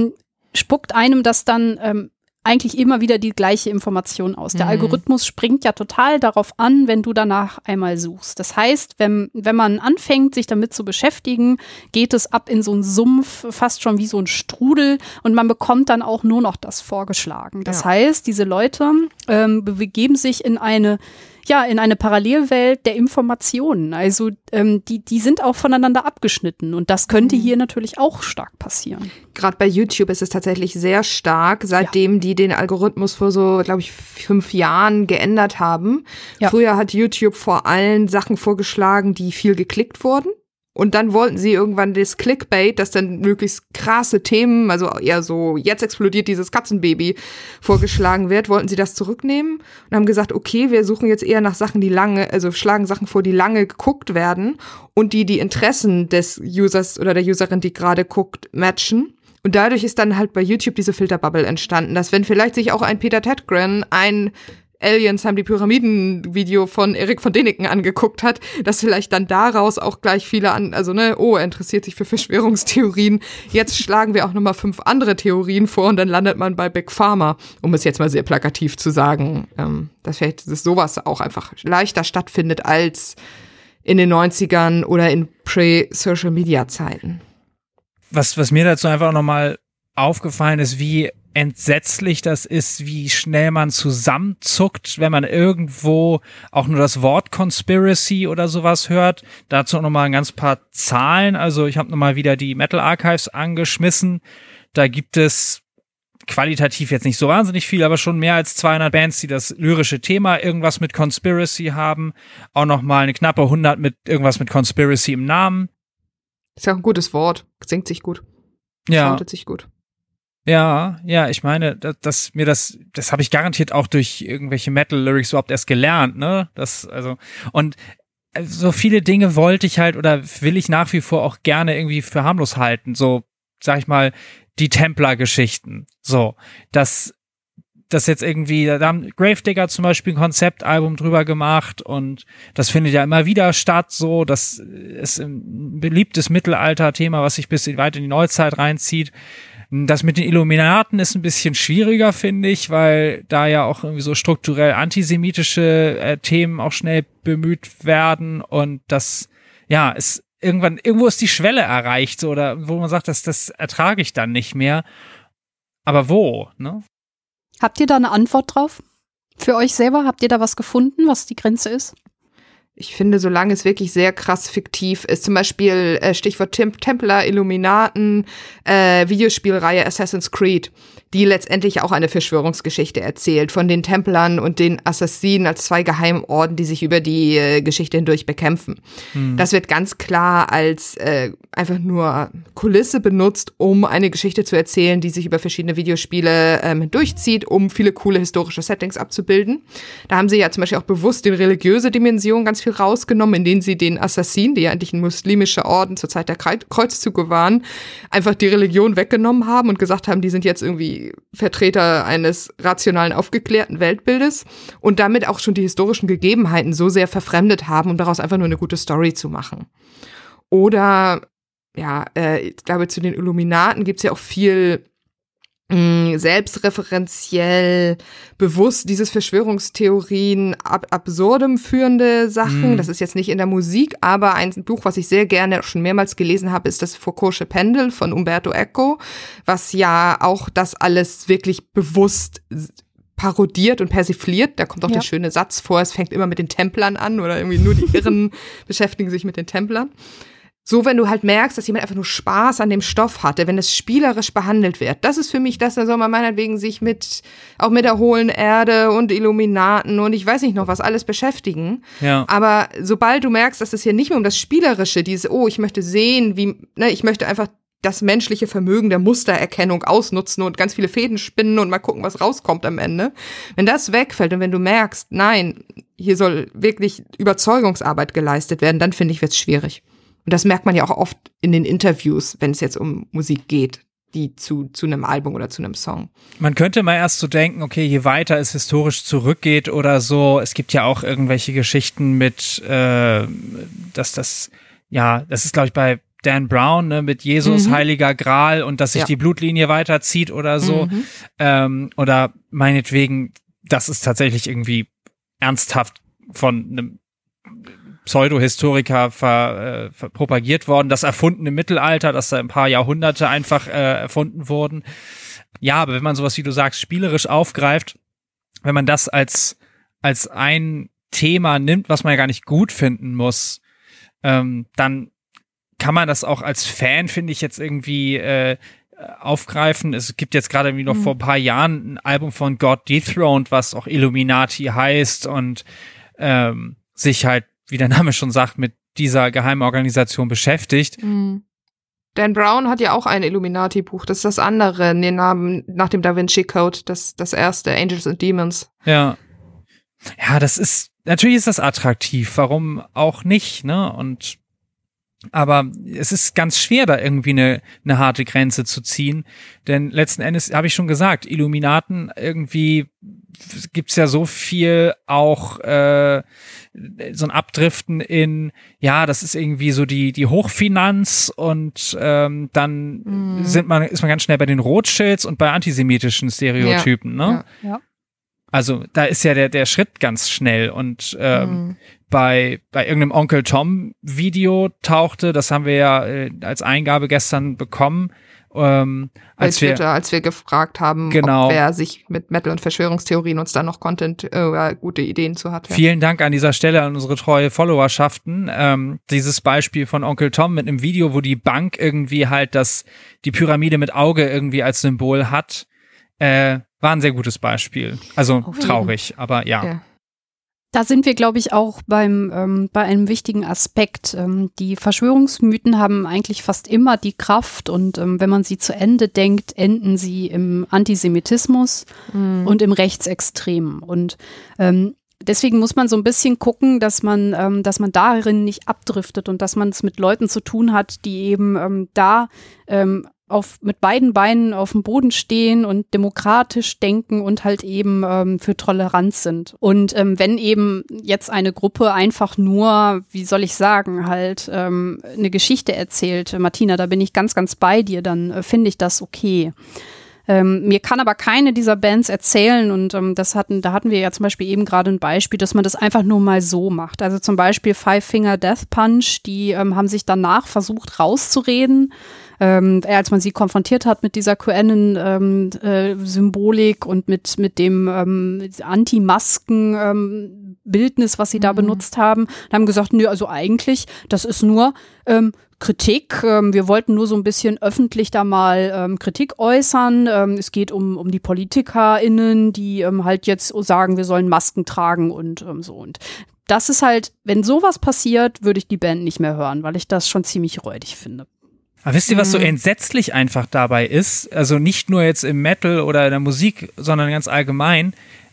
spuckt einem das dann eigentlich immer wieder die gleiche Information aus. Der Algorithmus springt ja total darauf an, wenn du danach einmal suchst. Das heißt, wenn man anfängt, sich damit zu beschäftigen, geht es ab in so einen Sumpf, fast schon wie so ein Strudel und man bekommt dann auch nur noch das vorgeschlagen. Das heißt, diese Leute begeben sich in eine in eine Parallelwelt der Informationen. Also die sind auch voneinander abgeschnitten und das könnte hier natürlich auch stark passieren. Gerade bei YouTube ist es tatsächlich sehr stark, seitdem die den Algorithmus vor so, glaube ich, 5 Jahren geändert haben. Ja. Früher hat YouTube vor allem Sachen vorgeschlagen, die viel geklickt wurden. Und dann wollten sie irgendwann das Clickbait, dass dann möglichst krasse Themen, also eher so, jetzt explodiert dieses Katzenbaby, vorgeschlagen wird, wollten sie das zurücknehmen und haben gesagt, okay, wir suchen jetzt eher nach Sachen, schlagen Sachen vor, die lange geguckt werden und die Interessen des Users oder der Userin, die gerade guckt, matchen. Und dadurch ist dann halt bei YouTube diese Filterbubble entstanden, dass wenn vielleicht sich auch ein Peter Tägtgren ein Aliens haben die Pyramiden-Video von Erik von Däniken angeguckt hat, dass vielleicht dann daraus auch gleich viele er interessiert sich für Verschwörungstheorien. Jetzt schlagen wir auch nochmal 5 andere Theorien vor und dann landet man bei Big Pharma, um es jetzt mal sehr plakativ zu sagen, dass vielleicht sowas auch einfach leichter stattfindet als in den 90ern oder in Pre-Social-Media-Zeiten. Was mir dazu einfach nochmal aufgefallen ist, wie entsetzlich das ist, wie schnell man zusammenzuckt, wenn man irgendwo auch nur das Wort Conspiracy oder sowas hört. Dazu auch nochmal ein ganz paar Zahlen. Also ich habe nochmal wieder die Metal Archives angeschmissen. Da gibt es qualitativ jetzt nicht so wahnsinnig viel, aber schon mehr als 200 Bands, die das lyrische Thema irgendwas mit Conspiracy haben. Auch nochmal eine knappe 100 mit irgendwas mit Conspiracy im Namen. Ist ja auch ein gutes Wort. Singt sich gut. Schautet sich gut. Ja, ich meine, das habe ich garantiert auch durch irgendwelche Metal-Lyrics überhaupt erst gelernt, ne? Und so viele Dinge wollte ich halt oder will ich nach wie vor auch gerne irgendwie für harmlos halten. So, sag ich mal, die Templar-Geschichten. So, das jetzt irgendwie, da haben Gravedigger zum Beispiel ein Konzeptalbum drüber gemacht und das findet ja immer wieder statt, so, das ist ein beliebtes Mittelalter-Thema, was sich bis weit in die Neuzeit reinzieht. Das mit den Illuminaten ist ein bisschen schwieriger, finde ich, weil da ja auch irgendwie so strukturell antisemitische Themen auch schnell bemüht werden und das, ist irgendwo ist die Schwelle erreicht, so, oder wo man sagt, das ertrage ich dann nicht mehr. Aber wo, ne? Habt ihr da eine Antwort drauf? Für euch selber? Habt ihr da was gefunden, was die Grenze ist? Ich finde, solange es wirklich sehr krass fiktiv ist, zum Beispiel Stichwort Templar, Illuminaten, Videospielreihe Assassin's Creed, die letztendlich auch eine Verschwörungsgeschichte erzählt von den Templern und den Assassinen als 2 Geheimorden, die sich über die Geschichte hindurch bekämpfen. Das wird ganz klar als einfach nur Kulisse benutzt, um eine Geschichte zu erzählen, die sich über verschiedene Videospiele durchzieht, um viele coole historische Settings abzubilden. Da haben sie ja zum Beispiel auch bewusst die religiöse Dimension ganz viel rausgenommen, indem sie den Assassinen, die ja eigentlich ein muslimischer Orden zur Zeit der Kreuzzüge waren, einfach die Religion weggenommen haben und gesagt haben, die sind jetzt irgendwie Vertreter eines rationalen, aufgeklärten Weltbildes und damit auch schon die historischen Gegebenheiten so sehr verfremdet haben, um daraus einfach nur eine gute Story zu machen. Oder, ich glaube, zu den Illuminaten gibt's ja auch viel selbstreferenziell, bewusst dieses Verschwörungstheorien absurdum führende Sachen. Das ist jetzt nicht in der Musik, aber ein Buch, was ich sehr gerne schon mehrmals gelesen habe, ist das Foucault'sche Pendel von Umberto Eco, was ja auch das alles wirklich bewusst parodiert und persifliert. Da kommt auch der schöne Satz vor, es fängt immer mit den Templern an oder irgendwie nur die Irren beschäftigen sich mit den Templern. So, wenn du halt merkst, dass jemand einfach nur Spaß an dem Stoff hatte, wenn es spielerisch behandelt wird, das ist für mich das, da soll man meinetwegen sich auch mit der hohlen Erde und Illuminaten und ich weiß nicht noch was alles beschäftigen. Ja. Aber sobald du merkst, dass es hier nicht mehr um das Spielerische, ich möchte sehen, ich möchte einfach das menschliche Vermögen der Mustererkennung ausnutzen und ganz viele Fäden spinnen und mal gucken, was rauskommt am Ende. Wenn das wegfällt und wenn du merkst, nein, hier soll wirklich Überzeugungsarbeit geleistet werden, dann finde ich, wird's schwierig. Und das merkt man ja auch oft in den Interviews, wenn es jetzt um Musik geht, die zu einem Album oder zu einem Song. Man könnte mal erst so denken, okay, je weiter es historisch zurückgeht oder so, es gibt ja auch irgendwelche Geschichten mit, das ist, glaube ich, bei Dan Brown, ne, mit Jesus, Heiliger Gral und dass sich die Blutlinie weiterzieht oder so. Oder meinetwegen, das ist tatsächlich irgendwie ernsthaft von einem Pseudohistoriker propagiert worden, das erfundene Mittelalter, dass da ein paar Jahrhunderte einfach erfunden wurden. Ja, aber wenn man sowas, wie du sagst, spielerisch aufgreift, wenn man das als ein Thema nimmt, was man ja gar nicht gut finden muss, dann kann man das auch als Fan, finde ich, jetzt irgendwie aufgreifen. Es gibt jetzt gerade noch vor ein paar Jahren ein Album von God Dethroned, was auch Illuminati heißt und sich halt, wie der Name schon sagt, mit dieser geheimen Organisation beschäftigt. Dan Brown hat ja auch ein Illuminati-Buch. Das ist das andere, nach dem Da Vinci Code, das erste, Angels and Demons. Ja, natürlich ist das attraktiv. Warum auch nicht, ne? Aber es ist ganz schwer, da irgendwie eine harte Grenze zu ziehen, denn letzten Endes, habe ich schon gesagt, Illuminaten irgendwie gibt's ja so viel auch so ein Abdriften in, ja, das ist irgendwie so die Hochfinanz und dann ist man ganz schnell bei den Rothschilds und bei antisemitischen Stereotypen, ne? Ja. Also da ist ja der Schritt ganz schnell und bei irgendeinem Onkel Tom Video tauchte, das haben wir ja als Eingabe gestern bekommen, als wir gefragt haben, genau, ob wer sich mit Metal und Verschwörungstheorien uns da noch Content, gute Ideen zu hat. Ja. Vielen Dank an dieser Stelle an unsere treue Followerschaften. Dieses Beispiel von Onkel Tom mit einem Video, wo die Bank irgendwie halt die Pyramide mit Auge irgendwie als Symbol hat, war ein sehr gutes Beispiel. Also traurig, aber ja. Da sind wir, glaube ich, auch bei einem wichtigen Aspekt. Die Verschwörungsmythen haben eigentlich fast immer die Kraft und wenn man sie zu Ende denkt, enden sie im Antisemitismus und im Rechtsextremen. Und deswegen muss man so ein bisschen gucken, dass man darin nicht abdriftet und dass man es mit Leuten zu tun hat, die eben mit beiden Beinen auf dem Boden stehen und demokratisch denken und halt eben für Toleranz sind. Und wenn eben jetzt eine Gruppe einfach nur, wie soll ich sagen, halt eine Geschichte erzählt, Martina, da bin ich ganz, ganz bei dir, dann finde ich das okay. Mir kann aber keine dieser Bands erzählen und da hatten wir ja zum Beispiel eben gerade ein Beispiel, dass man das einfach nur mal so macht. Also zum Beispiel Five Finger Death Punch, die haben sich danach versucht rauszureden, als man sie konfrontiert hat mit dieser QAnon-Symbolik und mit dem Anti-Masken-Bildnis, was sie da benutzt haben, und haben gesagt, nö, also eigentlich, das ist nur Kritik. Wir wollten nur so ein bisschen öffentlich da mal Kritik äußern. Es geht um die PolitikerInnen, die halt jetzt sagen, wir sollen Masken tragen und so. Und das ist halt, wenn sowas passiert, würde ich die Band nicht mehr hören, weil ich das schon ziemlich räudig finde. Aber wisst ihr, was so entsetzlich einfach dabei ist? Also nicht nur jetzt im Metal oder in der Musik, sondern ganz allgemein,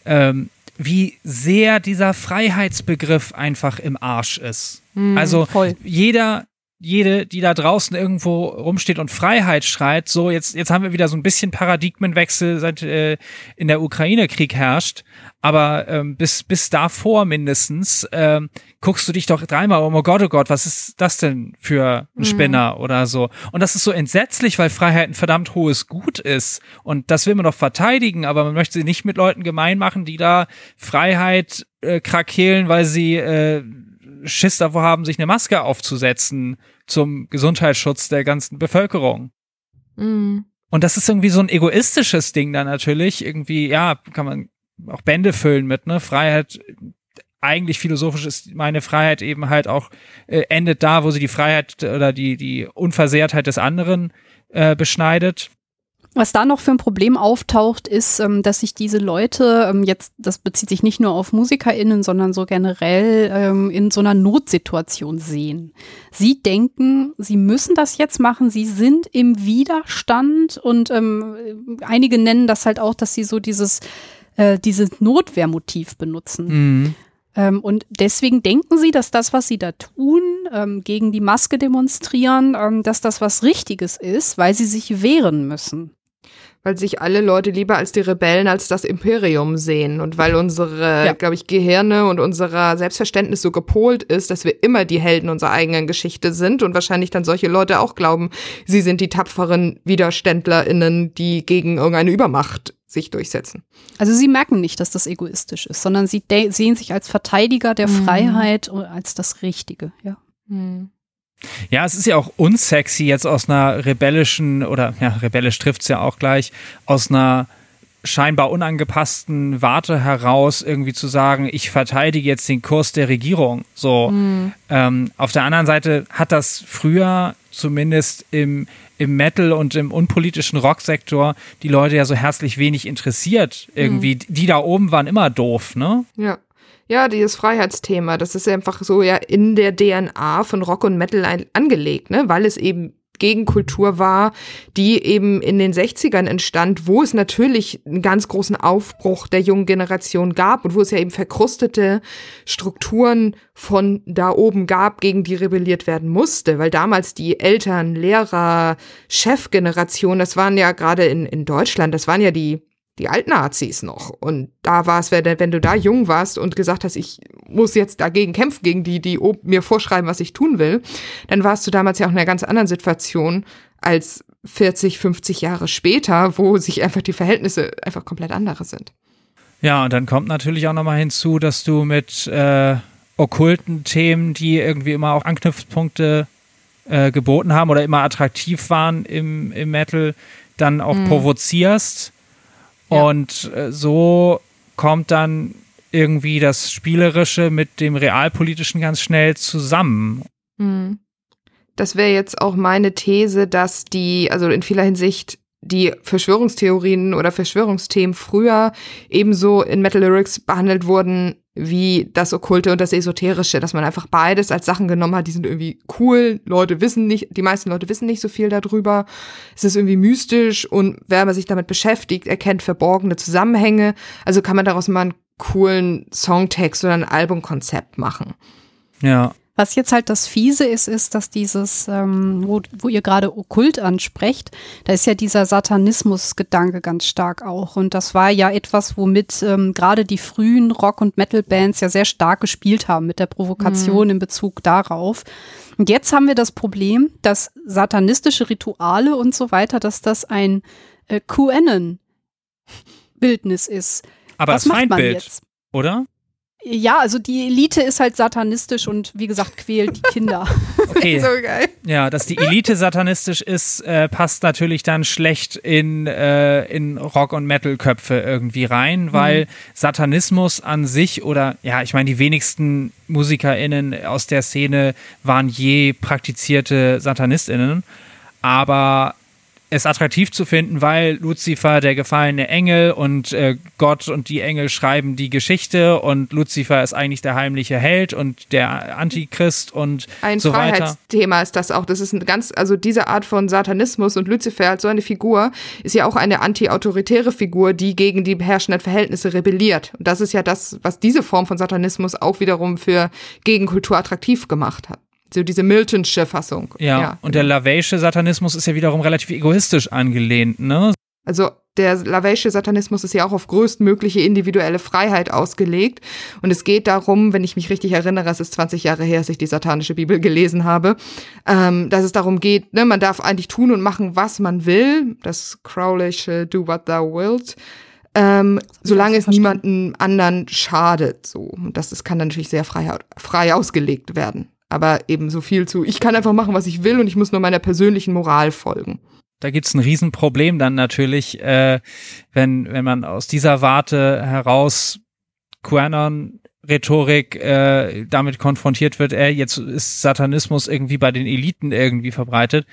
wie sehr dieser Freiheitsbegriff einfach im Arsch ist. Also voll. jede, die da draußen irgendwo rumsteht und Freiheit schreit, so jetzt haben wir wieder so ein bisschen Paradigmenwechsel, seit in der Ukraine Krieg herrscht, aber bis davor mindestens guckst du dich doch dreimal, oh Gott, was ist das denn für ein Spinner oder so. Und das ist so entsetzlich, weil Freiheit ein verdammt hohes Gut ist und das will man doch verteidigen, aber man möchte sie nicht mit Leuten gemein machen, die da Freiheit krakeelen, weil sie Schiss davor haben, sich eine Maske aufzusetzen zum Gesundheitsschutz der ganzen Bevölkerung. Und das ist irgendwie so ein egoistisches Ding dann natürlich. Irgendwie, ja, kann man auch Bände füllen mit, ne? Freiheit, eigentlich philosophisch ist meine Freiheit eben halt auch, endet da, wo sie die Freiheit oder die Unversehrtheit des anderen beschneidet. Was da noch für ein Problem auftaucht, ist, dass sich diese Leute das bezieht sich nicht nur auf MusikerInnen, sondern so generell in so einer Notsituation sehen. Sie denken, sie müssen das jetzt machen, sie sind im Widerstand und einige nennen das halt auch, dass sie so dieses Notwehrmotiv benutzen. Und deswegen denken sie, dass das, was sie da tun, gegen die Maske demonstrieren, dass das was Richtiges ist, weil sie sich wehren müssen. Weil sich alle Leute lieber als die Rebellen als das Imperium sehen und weil unsere, glaube ich, Gehirne und unser Selbstverständnis so gepolt ist, dass wir immer die Helden unserer eigenen Geschichte sind und wahrscheinlich dann solche Leute auch glauben, sie sind die tapferen WiderständlerInnen, die gegen irgendeine Übermacht sich durchsetzen. Also sie merken nicht, dass das egoistisch ist, sondern sie sehen sich als Verteidiger der Freiheit und als das Richtige, ja. Ja, es ist ja auch unsexy, jetzt aus einer rebellischen, oder ja, rebellisch trifft's ja auch gleich, aus einer scheinbar unangepassten Warte heraus irgendwie zu sagen, ich verteidige jetzt den Kurs der Regierung. So. Auf der anderen Seite hat das früher zumindest im Metal und im unpolitischen Rocksektor die Leute ja so herzlich wenig interessiert. Irgendwie, die da oben waren immer doof, ne? Ja. Ja, dieses Freiheitsthema, das ist einfach so ja in der DNA von Rock und Metal angelegt, ne? Weil es eben Gegenkultur war, die eben in den 60ern entstand, wo es natürlich einen ganz großen Aufbruch der jungen Generation gab und wo es ja eben verkrustete Strukturen von da oben gab, gegen die rebelliert werden musste, weil damals die Eltern, Lehrer, Chefgeneration, das waren ja gerade in Deutschland, das waren ja die Altnazis noch. Und da war es, wenn du da jung warst und gesagt hast, ich muss jetzt dagegen kämpfen, gegen die mir vorschreiben, was ich tun will, dann warst du damals ja auch in einer ganz anderen Situation als 40, 50 Jahre später, wo sich einfach die Verhältnisse einfach komplett andere sind. Ja, und dann kommt natürlich auch nochmal hinzu, dass du mit okkulten Themen, die irgendwie immer auch Anknüpfpunkte geboten haben oder immer attraktiv waren im Metal, dann auch provozierst. Und so kommt dann irgendwie das Spielerische mit dem Realpolitischen ganz schnell zusammen. Das wäre jetzt auch meine These, dass also in vieler Hinsicht die Verschwörungstheorien oder Verschwörungsthemen früher ebenso in Metal Lyrics behandelt wurden wie das Okkulte und das Esoterische, dass man einfach beides als Sachen genommen hat, die sind irgendwie cool, die meisten Leute wissen nicht so viel darüber, es ist irgendwie mystisch und wer sich damit beschäftigt, erkennt verborgene Zusammenhänge, also kann man daraus mal einen coolen Songtext oder ein Albumkonzept machen. Ja. Was jetzt halt das Fiese ist, dass dieses, wo ihr gerade okkult ansprecht, da ist ja dieser Satanismus-Gedanke ganz stark auch. Und das war ja etwas, womit gerade die frühen Rock- und Metal-Bands ja sehr stark gespielt haben, mit der Provokation in Bezug darauf. Und jetzt haben wir das Problem, dass satanistische Rituale und so weiter, dass das ein QAnon-Bildnis ist. Aber was das macht man Feindbild, jetzt? Oder? Ja, also die Elite ist halt satanistisch und wie gesagt quält die Kinder. Okay. So geil. Ja, dass die Elite satanistisch ist, passt natürlich dann schlecht in Rock- und Metal-Köpfe irgendwie rein, weil Satanismus an sich oder, ja, ich meine, die wenigsten MusikerInnen aus der Szene waren je praktizierte SatanistInnen, aber es attraktiv zu finden, weil Luzifer der gefallene Engel und Gott und die Engel schreiben die Geschichte und Luzifer ist eigentlich der heimliche Held und der Antichrist und ein so weiter. Ein Freiheitsthema ist das auch. Das ist also diese Art von Satanismus und Luzifer als so eine Figur ist ja auch eine anti-autoritäre Figur, die gegen die beherrschenden Verhältnisse rebelliert. Und das ist ja das, was diese Form von Satanismus auch wiederum für Gegenkultur attraktiv gemacht hat. So diese Miltonsche Fassung. Ja, und der LaVeysche Satanismus ist ja wiederum relativ egoistisch angelehnt, ne? Also der LaVeysche Satanismus ist ja auch auf größtmögliche individuelle Freiheit ausgelegt. Und es geht darum, wenn ich mich richtig erinnere, es ist 20 Jahre her, dass ich die satanische Bibel gelesen habe, dass es darum geht, ne, man darf eigentlich tun und machen, was man will. Das Crowley'sche Do What Thou Wilt. Solange es niemandem anderen schadet. So. Und das kann dann natürlich sehr frei ausgelegt werden. Aber eben so viel ich kann einfach machen, was ich will und ich muss nur meiner persönlichen Moral folgen. Da gibt es ein Riesenproblem dann natürlich, wenn man aus dieser Warte heraus QAnon-Rhetorik damit konfrontiert wird, jetzt ist Satanismus irgendwie bei den Eliten irgendwie verbreitet.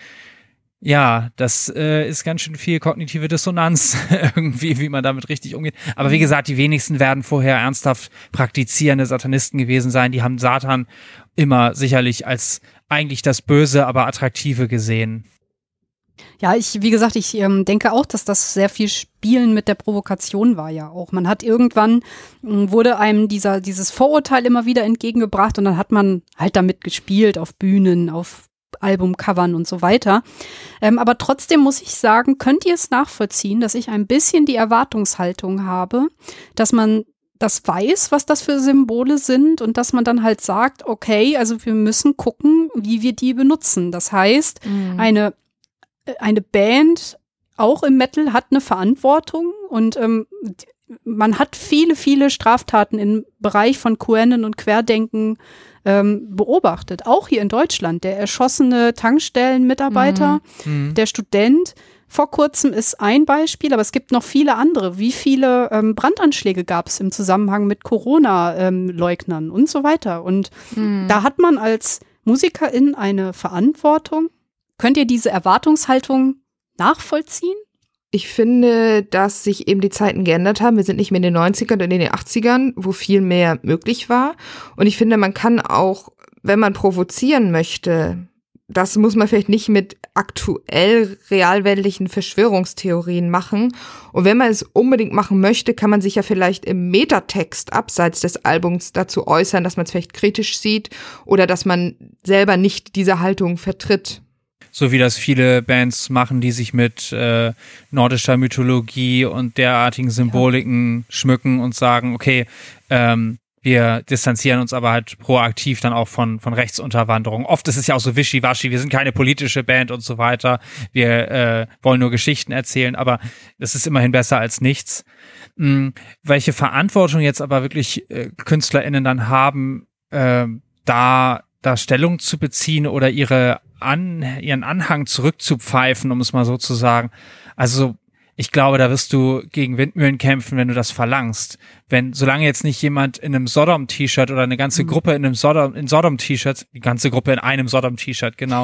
Ja, das ist ganz schön viel kognitive Dissonanz irgendwie, wie man damit richtig umgeht. Aber wie gesagt, die wenigsten werden vorher ernsthaft praktizierende Satanisten gewesen sein. Die haben Satan immer sicherlich als eigentlich das Böse, aber Attraktive gesehen. Ja, wie gesagt, ich denke auch, dass das sehr viel Spielen mit der Provokation war ja auch. Man hat irgendwann, wurde einem dieses Vorurteil immer wieder entgegengebracht und dann hat man halt damit gespielt auf Bühnen, auf Albumcovern und so weiter. Aber trotzdem muss ich sagen, könnt ihr es nachvollziehen, dass ich ein bisschen die Erwartungshaltung habe, dass man das weiß, was das für Symbole sind und dass man dann halt sagt, okay, also wir müssen gucken, wie wir die benutzen. Das heißt, eine Band, auch im Metal, hat eine Verantwortung und man hat viele, viele Straftaten im Bereich von QAnon und Querdenken beobachtet. Auch hier in Deutschland. Der erschossene Tankstellenmitarbeiter, der Student, vor kurzem ist ein Beispiel, aber es gibt noch viele andere. Wie viele Brandanschläge gab es im Zusammenhang mit Corona-Leugnern und so weiter? Und da hat man als Musikerin eine Verantwortung. Könnt ihr diese Erwartungshaltung nachvollziehen? Ich finde, dass sich eben die Zeiten geändert haben. Wir sind nicht mehr in den 90ern und in den 80ern, wo viel mehr möglich war. Und ich finde, man kann auch, wenn man provozieren möchte, das muss man vielleicht nicht mit aktuell realweltlichen Verschwörungstheorien machen. Und wenn man es unbedingt machen möchte, kann man sich ja vielleicht im Metatext abseits des Albums dazu äußern, dass man es vielleicht kritisch sieht oder dass man selber nicht diese Haltung vertritt. So wie das viele Bands machen, die sich mit nordischer Mythologie und derartigen Symboliken schmücken und sagen, okay, wir distanzieren uns aber halt proaktiv dann auch von Rechtsunterwanderung. Oft ist es ja auch so wischiwaschi, wir sind keine politische Band und so weiter, wir wollen nur Geschichten erzählen, aber das ist immerhin besser als nichts. Welche Verantwortung jetzt aber wirklich KünstlerInnen dann haben, da Stellung zu beziehen oder ihren Anhang zurückzupfeifen, um es mal so zu sagen. Also ich glaube, da wirst du gegen Windmühlen kämpfen, wenn du das verlangst. Solange jetzt nicht jemand in einem Sodom-T-Shirt oder eine ganze Gruppe in Sodom-T-Shirts, die ganze Gruppe in einem Sodom-T-Shirt, genau.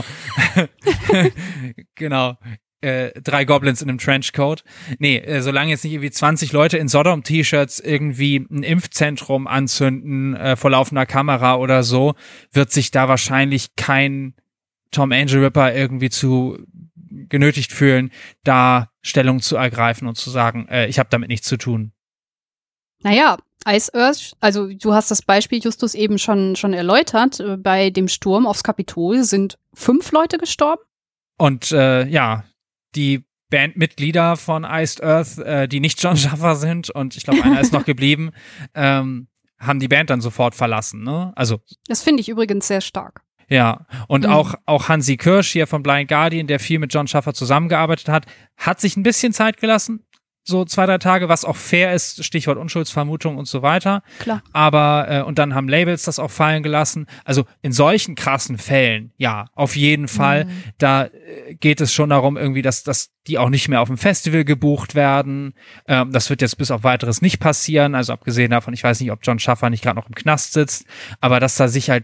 Genau. 3 Goblins in einem Trenchcoat. Nee, solange jetzt nicht irgendwie 20 Leute in Sodom-T-Shirts irgendwie ein Impfzentrum anzünden vor laufender Kamera oder so, wird sich da wahrscheinlich kein Tom Angel Ripper irgendwie zu genötigt fühlen, da Stellung zu ergreifen und zu sagen, ich habe damit nichts zu tun. Naja, Ice Earth, also du hast das Beispiel, Justus, eben schon erläutert. Bei dem Sturm aufs Kapitol sind 5 Leute gestorben. Und die Bandmitglieder von Iced Earth, die nicht Jon Schaffer sind, und ich glaube, einer ist noch geblieben, haben die Band dann sofort verlassen, ne? Also. Das finde ich übrigens sehr stark. Ja, und auch Hansi Kirsch hier von Blind Guardian, der viel mit Jon Schaffer zusammengearbeitet hat sich ein bisschen Zeit gelassen, so 2-3 Tage, was auch fair ist, Stichwort Unschuldsvermutung und so weiter. Klar. Aber, und dann haben Labels das auch fallen gelassen. Also in solchen krassen Fällen, ja, auf jeden Fall, da geht es schon darum irgendwie, dass die auch nicht mehr auf dem Festival gebucht werden. Das wird jetzt bis auf Weiteres nicht passieren. Also abgesehen davon, ich weiß nicht, ob Jon Schaffer nicht gerade noch im Knast sitzt, aber dass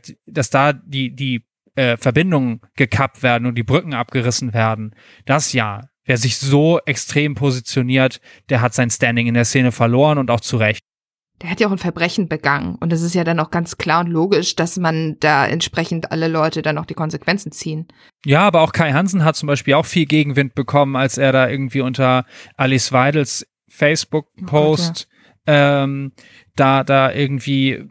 da die Verbindungen gekappt werden und die Brücken abgerissen werden, das ja. Wer sich so extrem positioniert, der hat sein Standing in der Szene verloren und auch zu Recht. Der hat ja auch ein Verbrechen begangen. Und es ist ja dann auch ganz klar und logisch, dass man da entsprechend alle Leute dann auch die Konsequenzen ziehen. Ja, aber auch Kai Hansen hat zum Beispiel auch viel Gegenwind bekommen, als er da irgendwie unter Alice Weidels Facebook-Post da irgendwie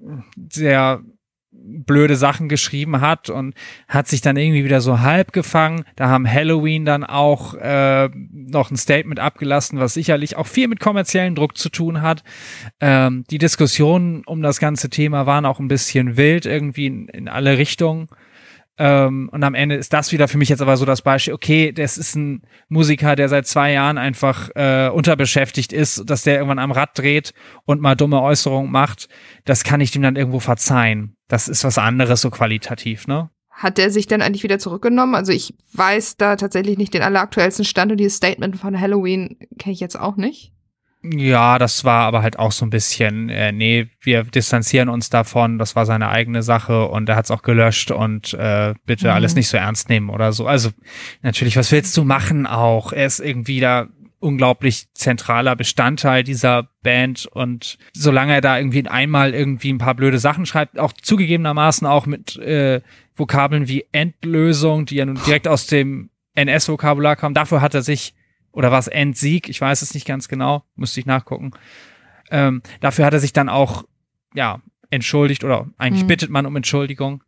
sehr blöde Sachen geschrieben hat und hat sich dann irgendwie wieder so halb gefangen. Da haben Halloween dann auch noch ein Statement abgelassen, was sicherlich auch viel mit kommerziellen Druck zu tun hat. Die Diskussionen um das ganze Thema waren auch ein bisschen wild, irgendwie in alle Richtungen. Und am Ende ist das wieder für mich jetzt aber so das Beispiel, okay, das ist ein Musiker, der seit 2 Jahren einfach unterbeschäftigt ist, dass der irgendwann am Rad dreht und mal dumme Äußerungen macht. Das kann ich dem dann irgendwo verzeihen. Das ist was anderes, so qualitativ, ne? Hat der sich dann eigentlich wieder zurückgenommen? Also ich weiß da tatsächlich nicht den alleraktuellsten Stand und dieses Statement von Halloween kenne ich jetzt auch nicht. Ja, das war aber halt auch so ein bisschen, nee, wir distanzieren uns davon, das war seine eigene Sache und er hat es auch gelöscht und bitte alles nicht so ernst nehmen oder so. Also natürlich, was willst du machen auch? Er ist irgendwie da unglaublich zentraler Bestandteil dieser Band und solange er da einmal ein paar blöde Sachen schreibt, auch zugegebenermaßen auch mit Vokabeln wie Endlösung, die ja nun direkt aus dem NS-Vokabular kamen, dafür hat er sich, oder war es Endsieg, ich weiß es nicht ganz genau, müsste ich nachgucken, dafür hat er sich dann auch, ja, entschuldigt oder eigentlich bittet man um Entschuldigung,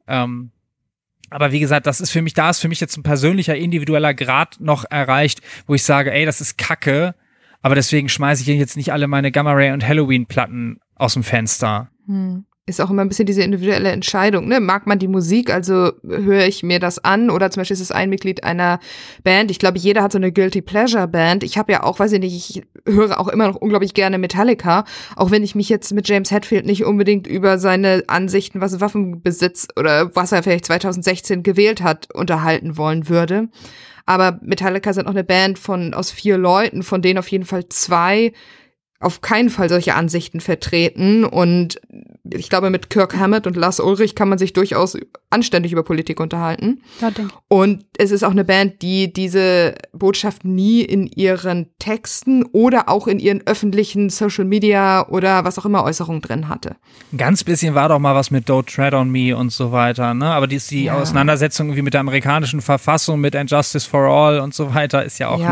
aber wie gesagt, da ist für mich jetzt ein persönlicher, individueller Grad noch erreicht, wo ich sage, ey, das ist Kacke, aber deswegen schmeiße ich jetzt nicht alle meine Gamma Ray und Halloween-Platten aus dem Fenster. Ist auch immer ein bisschen diese individuelle Entscheidung, ne? Mag man die Musik, also höre ich mir das an, oder zum Beispiel ist es ein Mitglied einer Band, ich glaube, jeder hat so eine Guilty Pleasure Band, ich habe ja auch, weiß ich nicht, ich höre auch immer noch unglaublich gerne Metallica, auch wenn ich mich jetzt mit James Hetfield nicht unbedingt über seine Ansichten, was Waffenbesitz oder was er vielleicht 2016 gewählt hat, unterhalten wollen würde. aber Metallica sind auch eine Band aus 4 Leuten, von denen auf jeden Fall 2 auf keinen Fall solche Ansichten vertreten. Und ich glaube, mit Kirk Hammett und Lars Ulrich kann man sich durchaus anständig über Politik unterhalten. Ja, denke ich. Und es ist auch eine Band, die diese Botschaft nie in ihren Texten oder auch in ihren öffentlichen Social Media oder was auch immer Äußerungen drin hatte. Ein ganz bisschen war doch mal was mit Don't Tread on Me und so weiter, ne? Aber die Auseinandersetzung irgendwie mit der amerikanischen Verfassung, mit And Justice for All und so weiter, ist ja auch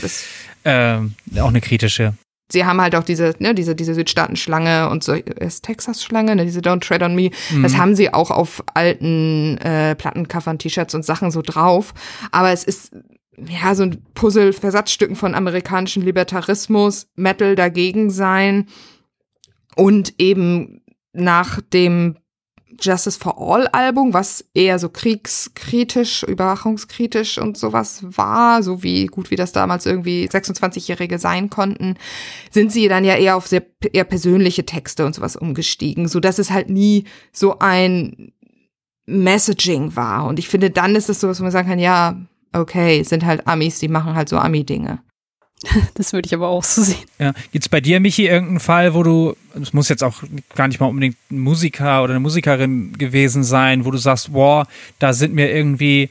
auch eine kritische. Sie haben halt auch diese Südstaaten-Schlange und so, ist Texas-Schlange, diese Don't Tread on Me. Das haben sie auch auf alten Plattencovern, T-Shirts und Sachen so drauf. Aber es ist ja so ein Puzzle, Versatzstücken von amerikanischen Libertarismus, Metal dagegen sein und eben nach dem Justice for All Album, was eher so kriegskritisch, überwachungskritisch und sowas war, so wie gut wie das damals irgendwie 26-Jährige sein konnten, sind sie dann ja eher auf eher persönliche Texte und sowas umgestiegen, so dass es halt nie so ein Messaging war. Und ich finde, dann ist es so, dass man sagen kann, ja, okay, sind halt Amis, die machen halt so Ami-Dinge. Das würde ich aber auch so sehen. Ja. Gibt's bei dir, Michi, irgendeinen Fall, wo du, es muss jetzt auch gar nicht mal unbedingt ein Musiker oder eine Musikerin gewesen sein, wo du sagst, wow, da sind mir irgendwie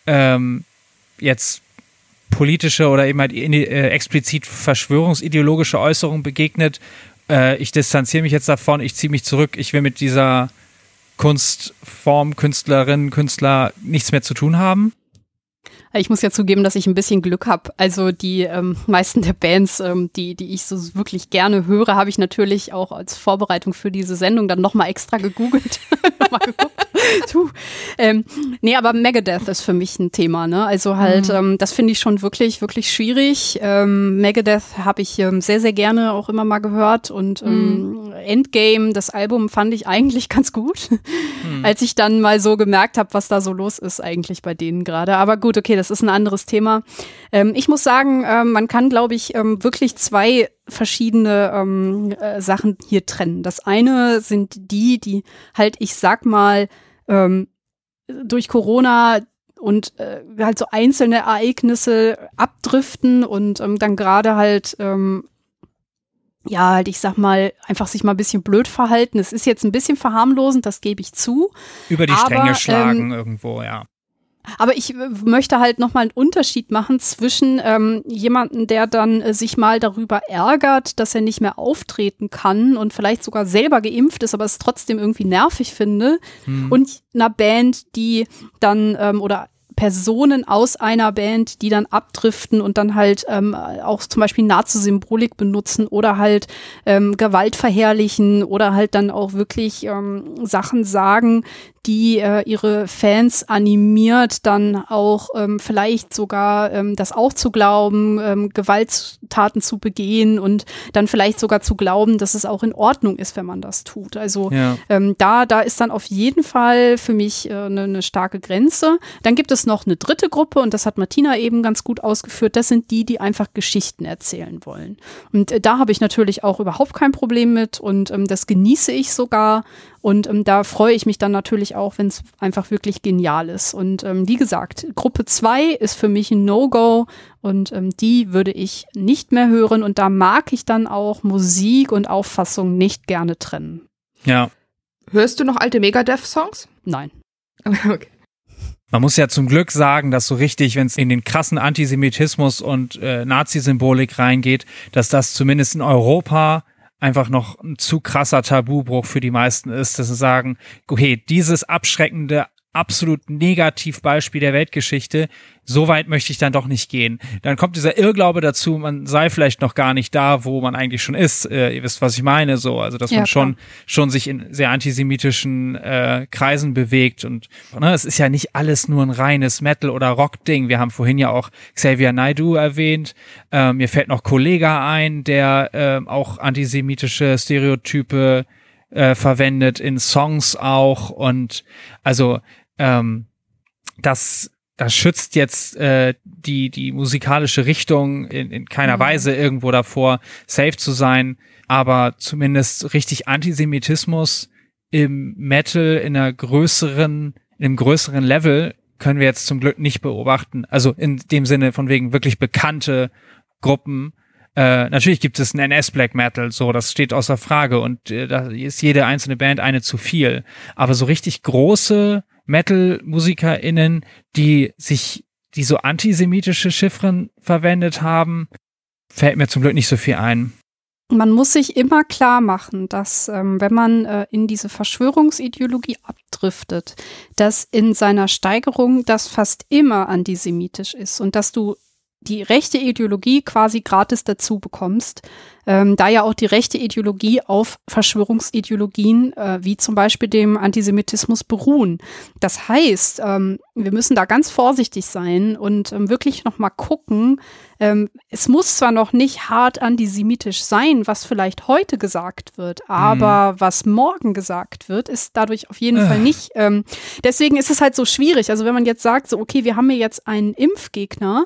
jetzt politische oder eben halt explizit verschwörungsideologische Äußerungen begegnet, ich distanziere mich jetzt davon, ich ziehe mich zurück, ich will mit dieser Kunstform, Künstlerin, Künstler nichts mehr zu tun haben? Ich muss ja zugeben, dass ich ein bisschen Glück habe. Also die meisten der Bands, die ich so wirklich gerne höre, habe ich natürlich auch als Vorbereitung für diese Sendung dann nochmal extra gegoogelt. Mal geguckt. Nee, aber Megadeth ist für mich ein Thema, ne? Also halt, das finde ich schon wirklich, wirklich schwierig. Megadeth habe ich sehr, sehr gerne auch immer mal gehört und Endgame, das Album fand ich eigentlich ganz gut, als ich dann mal so gemerkt habe, was da so los ist eigentlich bei denen gerade. Aber gut, okay, das ist ein anderes Thema. Ich muss sagen, man kann, glaube ich, wirklich 2 verschiedene Sachen hier trennen. Das eine sind die halt, ich sag mal, durch Corona und halt so einzelne Ereignisse abdriften und dann gerade halt halt, ich sag mal, einfach sich mal ein bisschen blöd verhalten. Es ist jetzt ein bisschen verharmlosend, das gebe ich zu. Über die Stränge schlagen irgendwo, ja. Aber ich möchte halt nochmal einen Unterschied machen zwischen jemanden, der dann sich mal darüber ärgert, dass er nicht mehr auftreten kann und vielleicht sogar selber geimpft ist, aber es trotzdem irgendwie nervig finde, und einer Band, die dann oder Personen aus einer Band, die dann abdriften und dann halt auch zum Beispiel Nazi-Symbolik benutzen oder halt Gewalt verherrlichen oder halt dann auch wirklich Sachen sagen, die ihre Fans animiert, dann auch vielleicht sogar das auch zu glauben, Gewalttaten zu begehen und dann vielleicht sogar zu glauben, dass es auch in Ordnung ist, wenn man das tut. Also da ist dann auf jeden Fall für mich eine starke Grenze. Dann gibt es noch eine dritte Gruppe und das hat Martina eben ganz gut ausgeführt. Das sind die einfach Geschichten erzählen wollen. Und da habe ich natürlich auch überhaupt kein Problem mit und das genieße ich sogar. Und da freue ich mich dann natürlich auch, wenn es einfach wirklich genial ist. Und wie gesagt, Gruppe 2 ist für mich ein No-Go und die würde ich nicht mehr hören. Und da mag ich dann auch Musik und Auffassung nicht gerne trennen. Ja. Hörst du noch alte Megadeth-Songs? Nein. Okay. Man muss ja zum Glück sagen, dass so richtig, wenn es in den krassen Antisemitismus und Nazi-Symbolik reingeht, dass das zumindest in Europa einfach noch ein zu krasser Tabubruch für die meisten ist, dass sie sagen, okay, dieses abschreckende, absolut Negativbeispiel der Weltgeschichte, so weit möchte ich dann doch nicht gehen. Dann kommt dieser Irrglaube dazu, man sei vielleicht noch gar nicht da, wo man eigentlich schon ist. Ihr wisst, was ich meine, so. Also, dass man schon sich in sehr antisemitischen Kreisen bewegt und es ist ja nicht alles nur ein reines Metal- oder Rock-Ding. Wir haben vorhin ja auch Xavier Naidoo erwähnt. Mir fällt noch Kollega ein, der auch antisemitische Stereotype verwendet in Songs auch und also das schützt jetzt die musikalische Richtung in keiner Weise irgendwo davor, safe zu sein, aber zumindest richtig Antisemitismus im Metal in einem größeren Level können wir jetzt zum Glück nicht beobachten. Also in dem Sinne von wegen wirklich bekannte Gruppen. Natürlich gibt es einen NS Black Metal, so, das steht außer Frage und da ist jede einzelne Band eine zu viel. Aber so richtig große Metal-MusikerInnen, die so antisemitische Chiffren verwendet haben, fällt mir zum Glück nicht so viel ein. Man muss sich immer klar machen, dass wenn man in diese Verschwörungsideologie abdriftet, dass in seiner Steigerung das fast immer antisemitisch ist und dass du die rechte Ideologie quasi gratis dazu bekommst, da ja auch die rechte Ideologie auf Verschwörungsideologien wie zum Beispiel dem Antisemitismus beruhen. Das heißt, wir müssen da ganz vorsichtig sein und wirklich noch mal gucken, es muss zwar noch nicht hart antisemitisch sein, was vielleicht heute gesagt wird, aber was morgen gesagt wird, ist dadurch auf jeden Fall nicht. Deswegen ist es halt so schwierig. Also wenn man jetzt sagt, so okay, wir haben hier jetzt einen Impfgegner,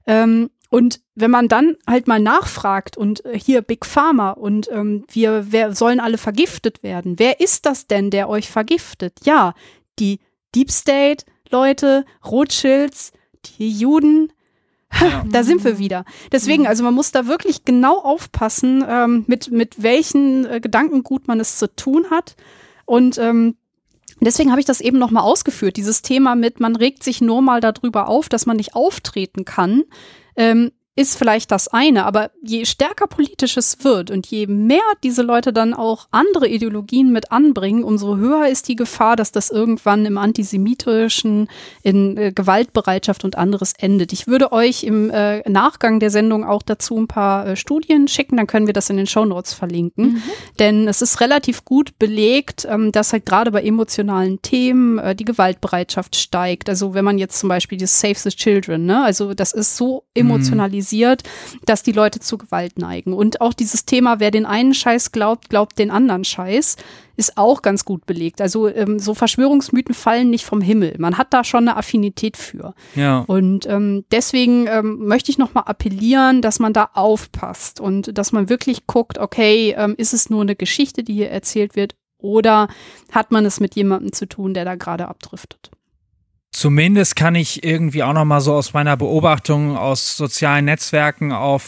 und wenn man dann halt mal nachfragt und hier Big Pharma und wir sollen alle vergiftet werden. Wer ist das denn, der euch vergiftet? Ja, die Deep State Leute, Rothschilds, die Juden. Ja. Da sind wir wieder. Deswegen, also man muss da wirklich genau aufpassen, mit welchen Gedankengut man es zu tun hat. Und deswegen habe ich das eben noch mal ausgeführt, dieses Thema mit, man regt sich nur mal darüber auf, dass man nicht auftreten kann, ist vielleicht das eine, aber je stärker politisch es wird und je mehr diese Leute dann auch andere Ideologien mit anbringen, umso höher ist die Gefahr, dass das irgendwann im Antisemitischen, in Gewaltbereitschaft und anderes endet. Ich würde euch im Nachgang der Sendung auch dazu ein paar Studien schicken, dann können wir das in den Shownotes verlinken. Denn es ist relativ gut belegt, dass halt gerade bei emotionalen Themen die Gewaltbereitschaft steigt. Also wenn man jetzt zum Beispiel das Save the Children, ne? Also das ist so emotionalisiert, dass die Leute zu Gewalt neigen. Und auch dieses Thema, wer den einen Scheiß glaubt, glaubt den anderen Scheiß, ist auch ganz gut belegt. Also so Verschwörungsmythen fallen nicht vom Himmel. Man hat da schon eine Affinität für. Ja. Und deswegen möchte ich nochmal appellieren, dass man da aufpasst und dass man wirklich guckt, okay, ist es nur eine Geschichte, die hier erzählt wird, oder hat man es mit jemandem zu tun, der da gerade abdriftet? Zumindest kann ich irgendwie auch noch mal so aus meiner Beobachtung aus sozialen Netzwerken auch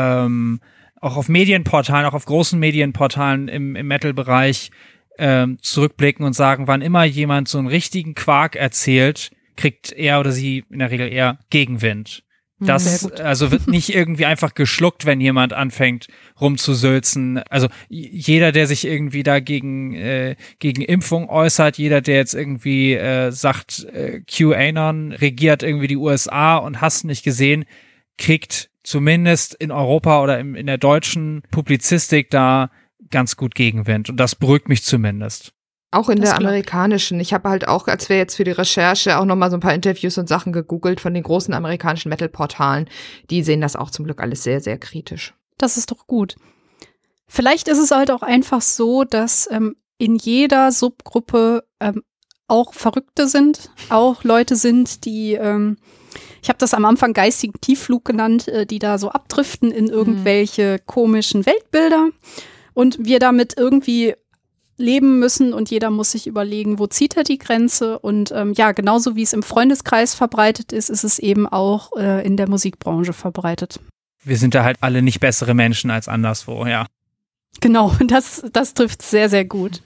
auf Medienportalen, auch auf großen Medienportalen im Metal-Bereich zurückblicken und sagen, wann immer jemand so einen richtigen Quark erzählt, kriegt er oder sie in der Regel eher Gegenwind. Das also wird nicht irgendwie einfach geschluckt, wenn jemand anfängt rumzusülzen. Also jeder, der sich irgendwie dagegen gegen Impfung äußert, jeder, der jetzt irgendwie sagt, QAnon regiert irgendwie die USA und hast nicht gesehen, kriegt zumindest in Europa oder in der deutschen Publizistik da ganz gut Gegenwind. Und das beruhigt mich zumindest. Auch in der amerikanischen. Ich habe halt auch, als wir jetzt für die Recherche auch nochmal so ein paar Interviews und Sachen gegoogelt von den großen amerikanischen Metal-Portalen. Die sehen das auch zum Glück alles sehr, sehr kritisch. Das ist doch gut. Vielleicht ist es halt auch einfach so, dass in jeder Subgruppe auch Verrückte sind, auch Leute sind, die, ich habe das am Anfang geistigen Tiefflug genannt, die da so abdriften in irgendwelche komischen Weltbilder und wir damit irgendwie leben müssen und jeder muss sich überlegen, wo zieht er die Grenze und ja, genauso wie es im Freundeskreis verbreitet ist, ist es eben auch in der Musikbranche verbreitet. Wir sind da halt alle nicht bessere Menschen als anderswo, ja. Genau, das trifft sehr, sehr gut.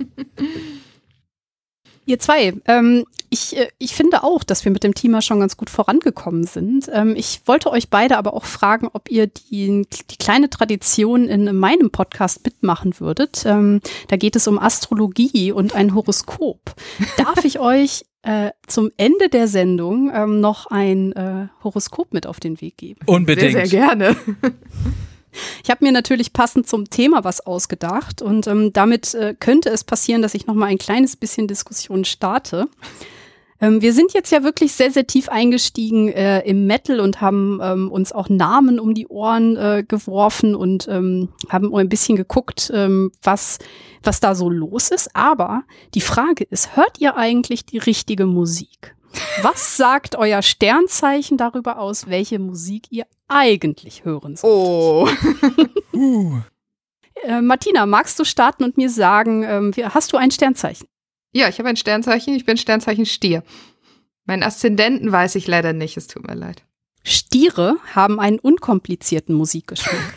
Ihr zwei, ich finde auch, dass wir mit dem Thema schon ganz gut vorangekommen sind. Ich wollte euch beide aber auch fragen, ob ihr die kleine Tradition in meinem Podcast mitmachen würdet. Da geht es um Astrologie und ein Horoskop. Darf ich euch zum Ende der Sendung noch ein Horoskop mit auf den Weg geben? Unbedingt. Sehr, sehr gerne. Ich habe mir natürlich passend zum Thema was ausgedacht und damit könnte es passieren, dass ich noch mal ein kleines bisschen Diskussion starte. Wir sind jetzt ja wirklich sehr, sehr tief eingestiegen im Metal und haben uns auch Namen um die Ohren geworfen und haben ein bisschen geguckt, was da so los ist. Aber die Frage ist, hört ihr eigentlich die richtige Musik? Was sagt euer Sternzeichen darüber aus, welche Musik ihr eigentlich hören solltet? Oh. Martina, magst du starten und mir sagen, hast du ein Sternzeichen? Ja, ich habe ein Sternzeichen. Ich bin Sternzeichen Stier. Meinen Aszendenten weiß ich leider nicht, es tut mir leid. Stiere haben einen unkomplizierten Musikgeschmack.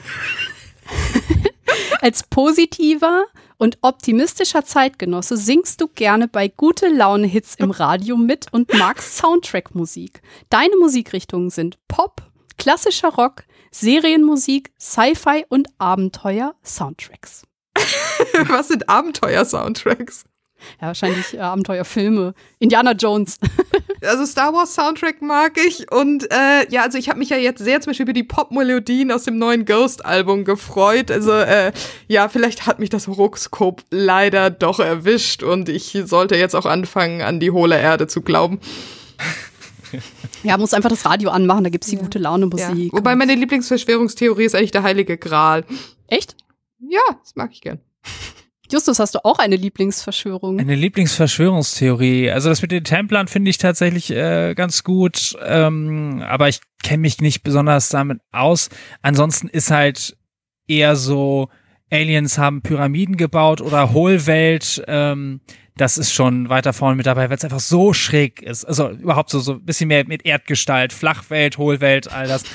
Als positiver und optimistischer Zeitgenosse singst du gerne bei Gute-Laune-Hits im Radio mit und magst Soundtrack-Musik. Deine Musikrichtungen sind Pop, klassischer Rock, Serienmusik, Sci-Fi und Abenteuer-Soundtracks. Was sind Abenteuer-Soundtracks? Ja, wahrscheinlich Abenteuerfilme. Indiana Jones. Also Star Wars Soundtrack mag ich und also ich habe mich ja jetzt sehr zum Beispiel über die Pop-Melodien aus dem neuen Ghost-Album gefreut. Also vielleicht hat mich das Horoskop leider doch erwischt und ich sollte jetzt auch anfangen, an die hohle Erde zu glauben. Ja, muss einfach das Radio anmachen, da gibt's die gute Laune-Musik. Ja. Wobei meine Lieblingsverschwörungstheorie ist eigentlich der Heilige Gral. Echt? Ja, das mag ich gern. Justus, hast du auch eine Lieblingsverschwörung? Eine Lieblingsverschwörungstheorie. Also das mit den Templern finde ich tatsächlich ganz gut, aber ich kenne mich nicht besonders damit aus. Ansonsten ist halt eher so, Aliens haben Pyramiden gebaut oder Hohlwelt, das ist schon weiter vorne mit dabei, weil es einfach so schräg ist. Also überhaupt so ein bisschen mehr mit Erdgestalt, Flachwelt, Hohlwelt, all das.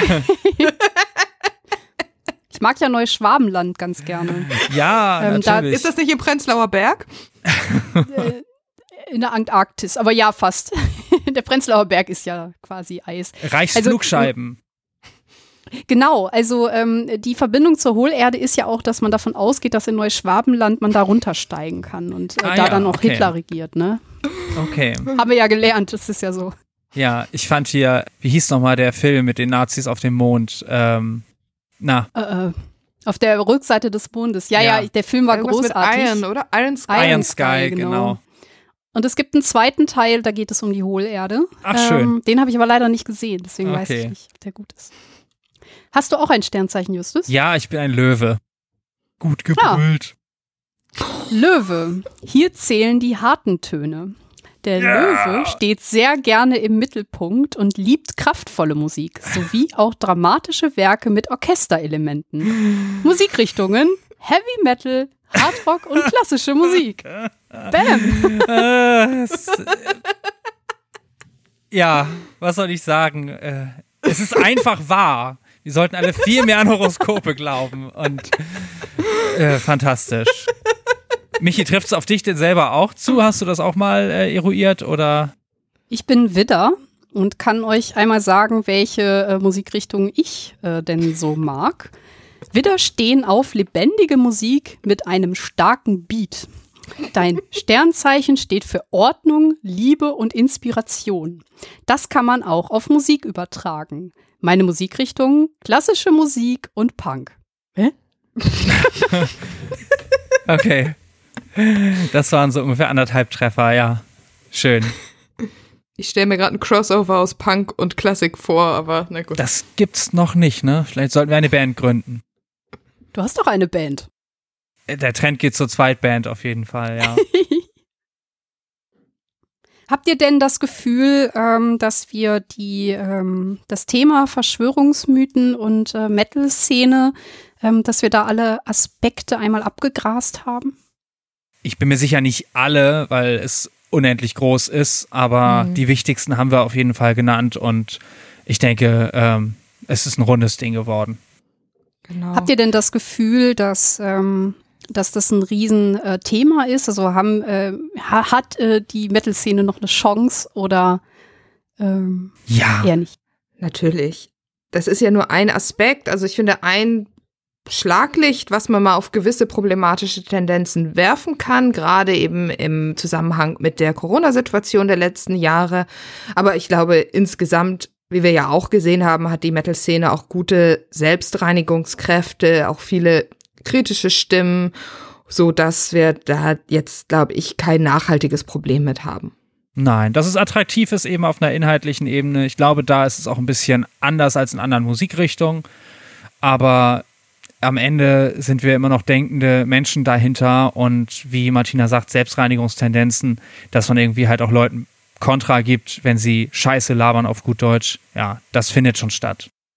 Ich mag ja Neuschwabenland ganz gerne. Ja, natürlich. Ist das nicht im Prenzlauer Berg? In der Antarktis, aber ja, fast. Der Prenzlauer Berg ist ja quasi Eis. Reichsflugscheiben. Genau, also die Verbindung zur Hohlerde ist ja auch, dass man davon ausgeht, dass in Neuschwabenland man da runtersteigen kann und da dann auch Hitler regiert, ne? Okay. Haben wir ja gelernt, das ist ja so. Ja, ich fand hier, wie hieß nochmal der Film mit den Nazis auf dem Mond? Auf der Rückseite des Mondes. Ja, der Film war irgendwas großartig. Mit Iron, oder? Iron Sky. Iron Sky, genau. Und es gibt einen zweiten Teil, da geht es um die Hohlerde. Ach, schön. Den habe ich aber leider nicht gesehen, deswegen weiß ich nicht, ob der gut ist. Hast du auch ein Sternzeichen, Justus? Ja, ich bin ein Löwe. Gut gebrüllt. Löwe. Hier zählen die harten Töne. Der Löwe steht sehr gerne im Mittelpunkt und liebt kraftvolle Musik, sowie auch dramatische Werke mit Orchesterelementen. Musikrichtungen, Heavy Metal, Hard Rock und klassische Musik. Bam! Ja, was soll ich sagen? Es ist einfach wahr. Wir sollten alle viel mehr an Horoskope glauben und fantastisch. Michi, trifft es auf dich denn selber auch zu? Hast du das auch mal eruiert, oder? Ich bin Widder und kann euch einmal sagen, welche Musikrichtung ich denn so mag. Widder stehen auf lebendige Musik mit einem starken Beat. Dein Sternzeichen steht für Ordnung, Liebe und Inspiration. Das kann man auch auf Musik übertragen. Meine Musikrichtungen: klassische Musik und Punk. Hä? Okay. Das waren so ungefähr 1,5 Treffer, ja. Schön. Ich stelle mir gerade ein Crossover aus Punk und Klassik vor, aber na gut. Das gibt's noch nicht, ne? Vielleicht sollten wir eine Band gründen. Du hast doch eine Band. Der Trend geht zur Zweitband auf jeden Fall, ja. Habt ihr denn das Gefühl, dass wir das Thema Verschwörungsmythen und Metal-Szene, dass wir da alle Aspekte einmal abgegrast haben? Ich bin mir sicher nicht alle, weil es unendlich groß ist, aber die wichtigsten haben wir auf jeden Fall genannt und ich denke, es ist ein rundes Ding geworden. Genau. Habt ihr denn das Gefühl, dass das ein Riesenthema ist? Also hat die Metal-Szene noch eine Chance oder eher nicht? Natürlich. Das ist ja nur ein Aspekt. Also ich finde, ein Schlaglicht, was man mal auf gewisse problematische Tendenzen werfen kann, gerade eben im Zusammenhang mit der Corona-Situation der letzten Jahre. Aber ich glaube, insgesamt, wie wir ja auch gesehen haben, hat die Metal-Szene auch gute Selbstreinigungskräfte, auch viele kritische Stimmen, so dass wir da jetzt, glaube ich, kein nachhaltiges Problem mit haben. Nein, dass es attraktiv ist eben auf einer inhaltlichen Ebene. Ich glaube, da ist es auch ein bisschen anders als in anderen Musikrichtungen. Aber am Ende sind wir immer noch denkende Menschen dahinter und wie Martina sagt, Selbstreinigungstendenzen, dass man irgendwie halt auch Leuten Kontra gibt, wenn sie Scheiße labern auf gut Deutsch. Ja, das findet schon statt.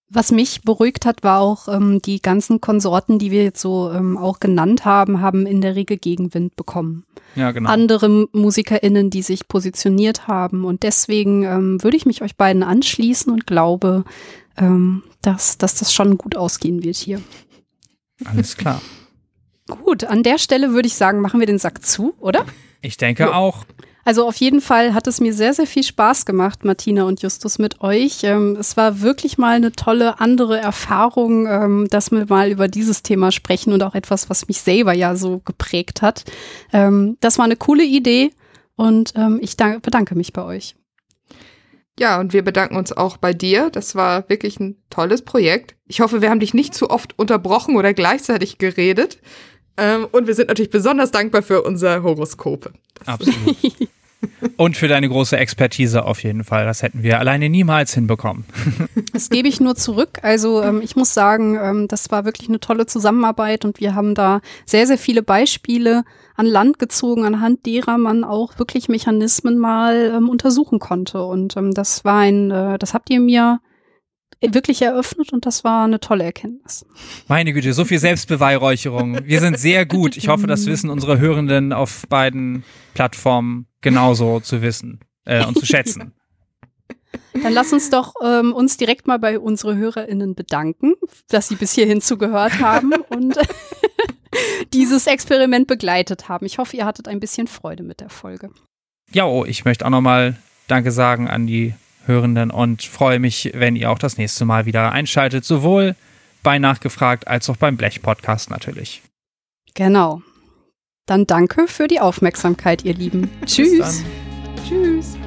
Was mich beruhigt hat, war auch, die ganzen Konsorten, die wir jetzt so auch genannt haben, haben in der Regel Gegenwind bekommen. Ja, genau. Andere MusikerInnen, die sich positioniert haben. Und deswegen würde ich mich euch beiden anschließen und glaube, dass das schon gut ausgehen wird hier. Alles klar. Gut, an der Stelle würde ich sagen, machen wir den Sack zu, oder? Ich denke auch. Also auf jeden Fall hat es mir sehr, sehr viel Spaß gemacht, Martina und Justus, mit euch. Es war wirklich mal eine tolle andere Erfahrung, dass wir mal über dieses Thema sprechen und auch etwas, was mich selber ja so geprägt hat. Das war eine coole Idee und ich bedanke mich bei euch. Ja, und wir bedanken uns auch bei dir. Das war wirklich ein tolles Projekt. Ich hoffe, wir haben dich nicht zu oft unterbrochen oder gleichzeitig geredet. Und wir sind natürlich besonders dankbar für unser Horoskope. Absolut. Und für deine große Expertise auf jeden Fall. Das hätten wir alleine niemals hinbekommen. Das gebe ich nur zurück. Also ich muss sagen, das war wirklich eine tolle Zusammenarbeit und wir haben da sehr, sehr viele Beispiele an Land gezogen, anhand derer man auch wirklich Mechanismen mal untersuchen konnte. Und das habt ihr mir wirklich eröffnet und das war eine tolle Erkenntnis. Meine Güte, so viel Selbstbeweihräucherung. Wir sind sehr gut. Ich hoffe, das wissen unsere Hörenden auf beiden Plattformen genauso zu wissen und zu schätzen. Dann lass uns doch uns direkt mal bei unseren HörerInnen bedanken, dass sie bis hierhin zugehört haben und dieses Experiment begleitet haben. Ich hoffe, ihr hattet ein bisschen Freude mit der Folge. Ja, ich möchte auch nochmal Danke sagen an die Hörenden und freue mich, wenn ihr auch das nächste Mal wieder einschaltet, sowohl bei Nachgefragt als auch beim Blech-Podcast natürlich. Genau. Dann danke für die Aufmerksamkeit, ihr Lieben. Tschüss. Tschüss.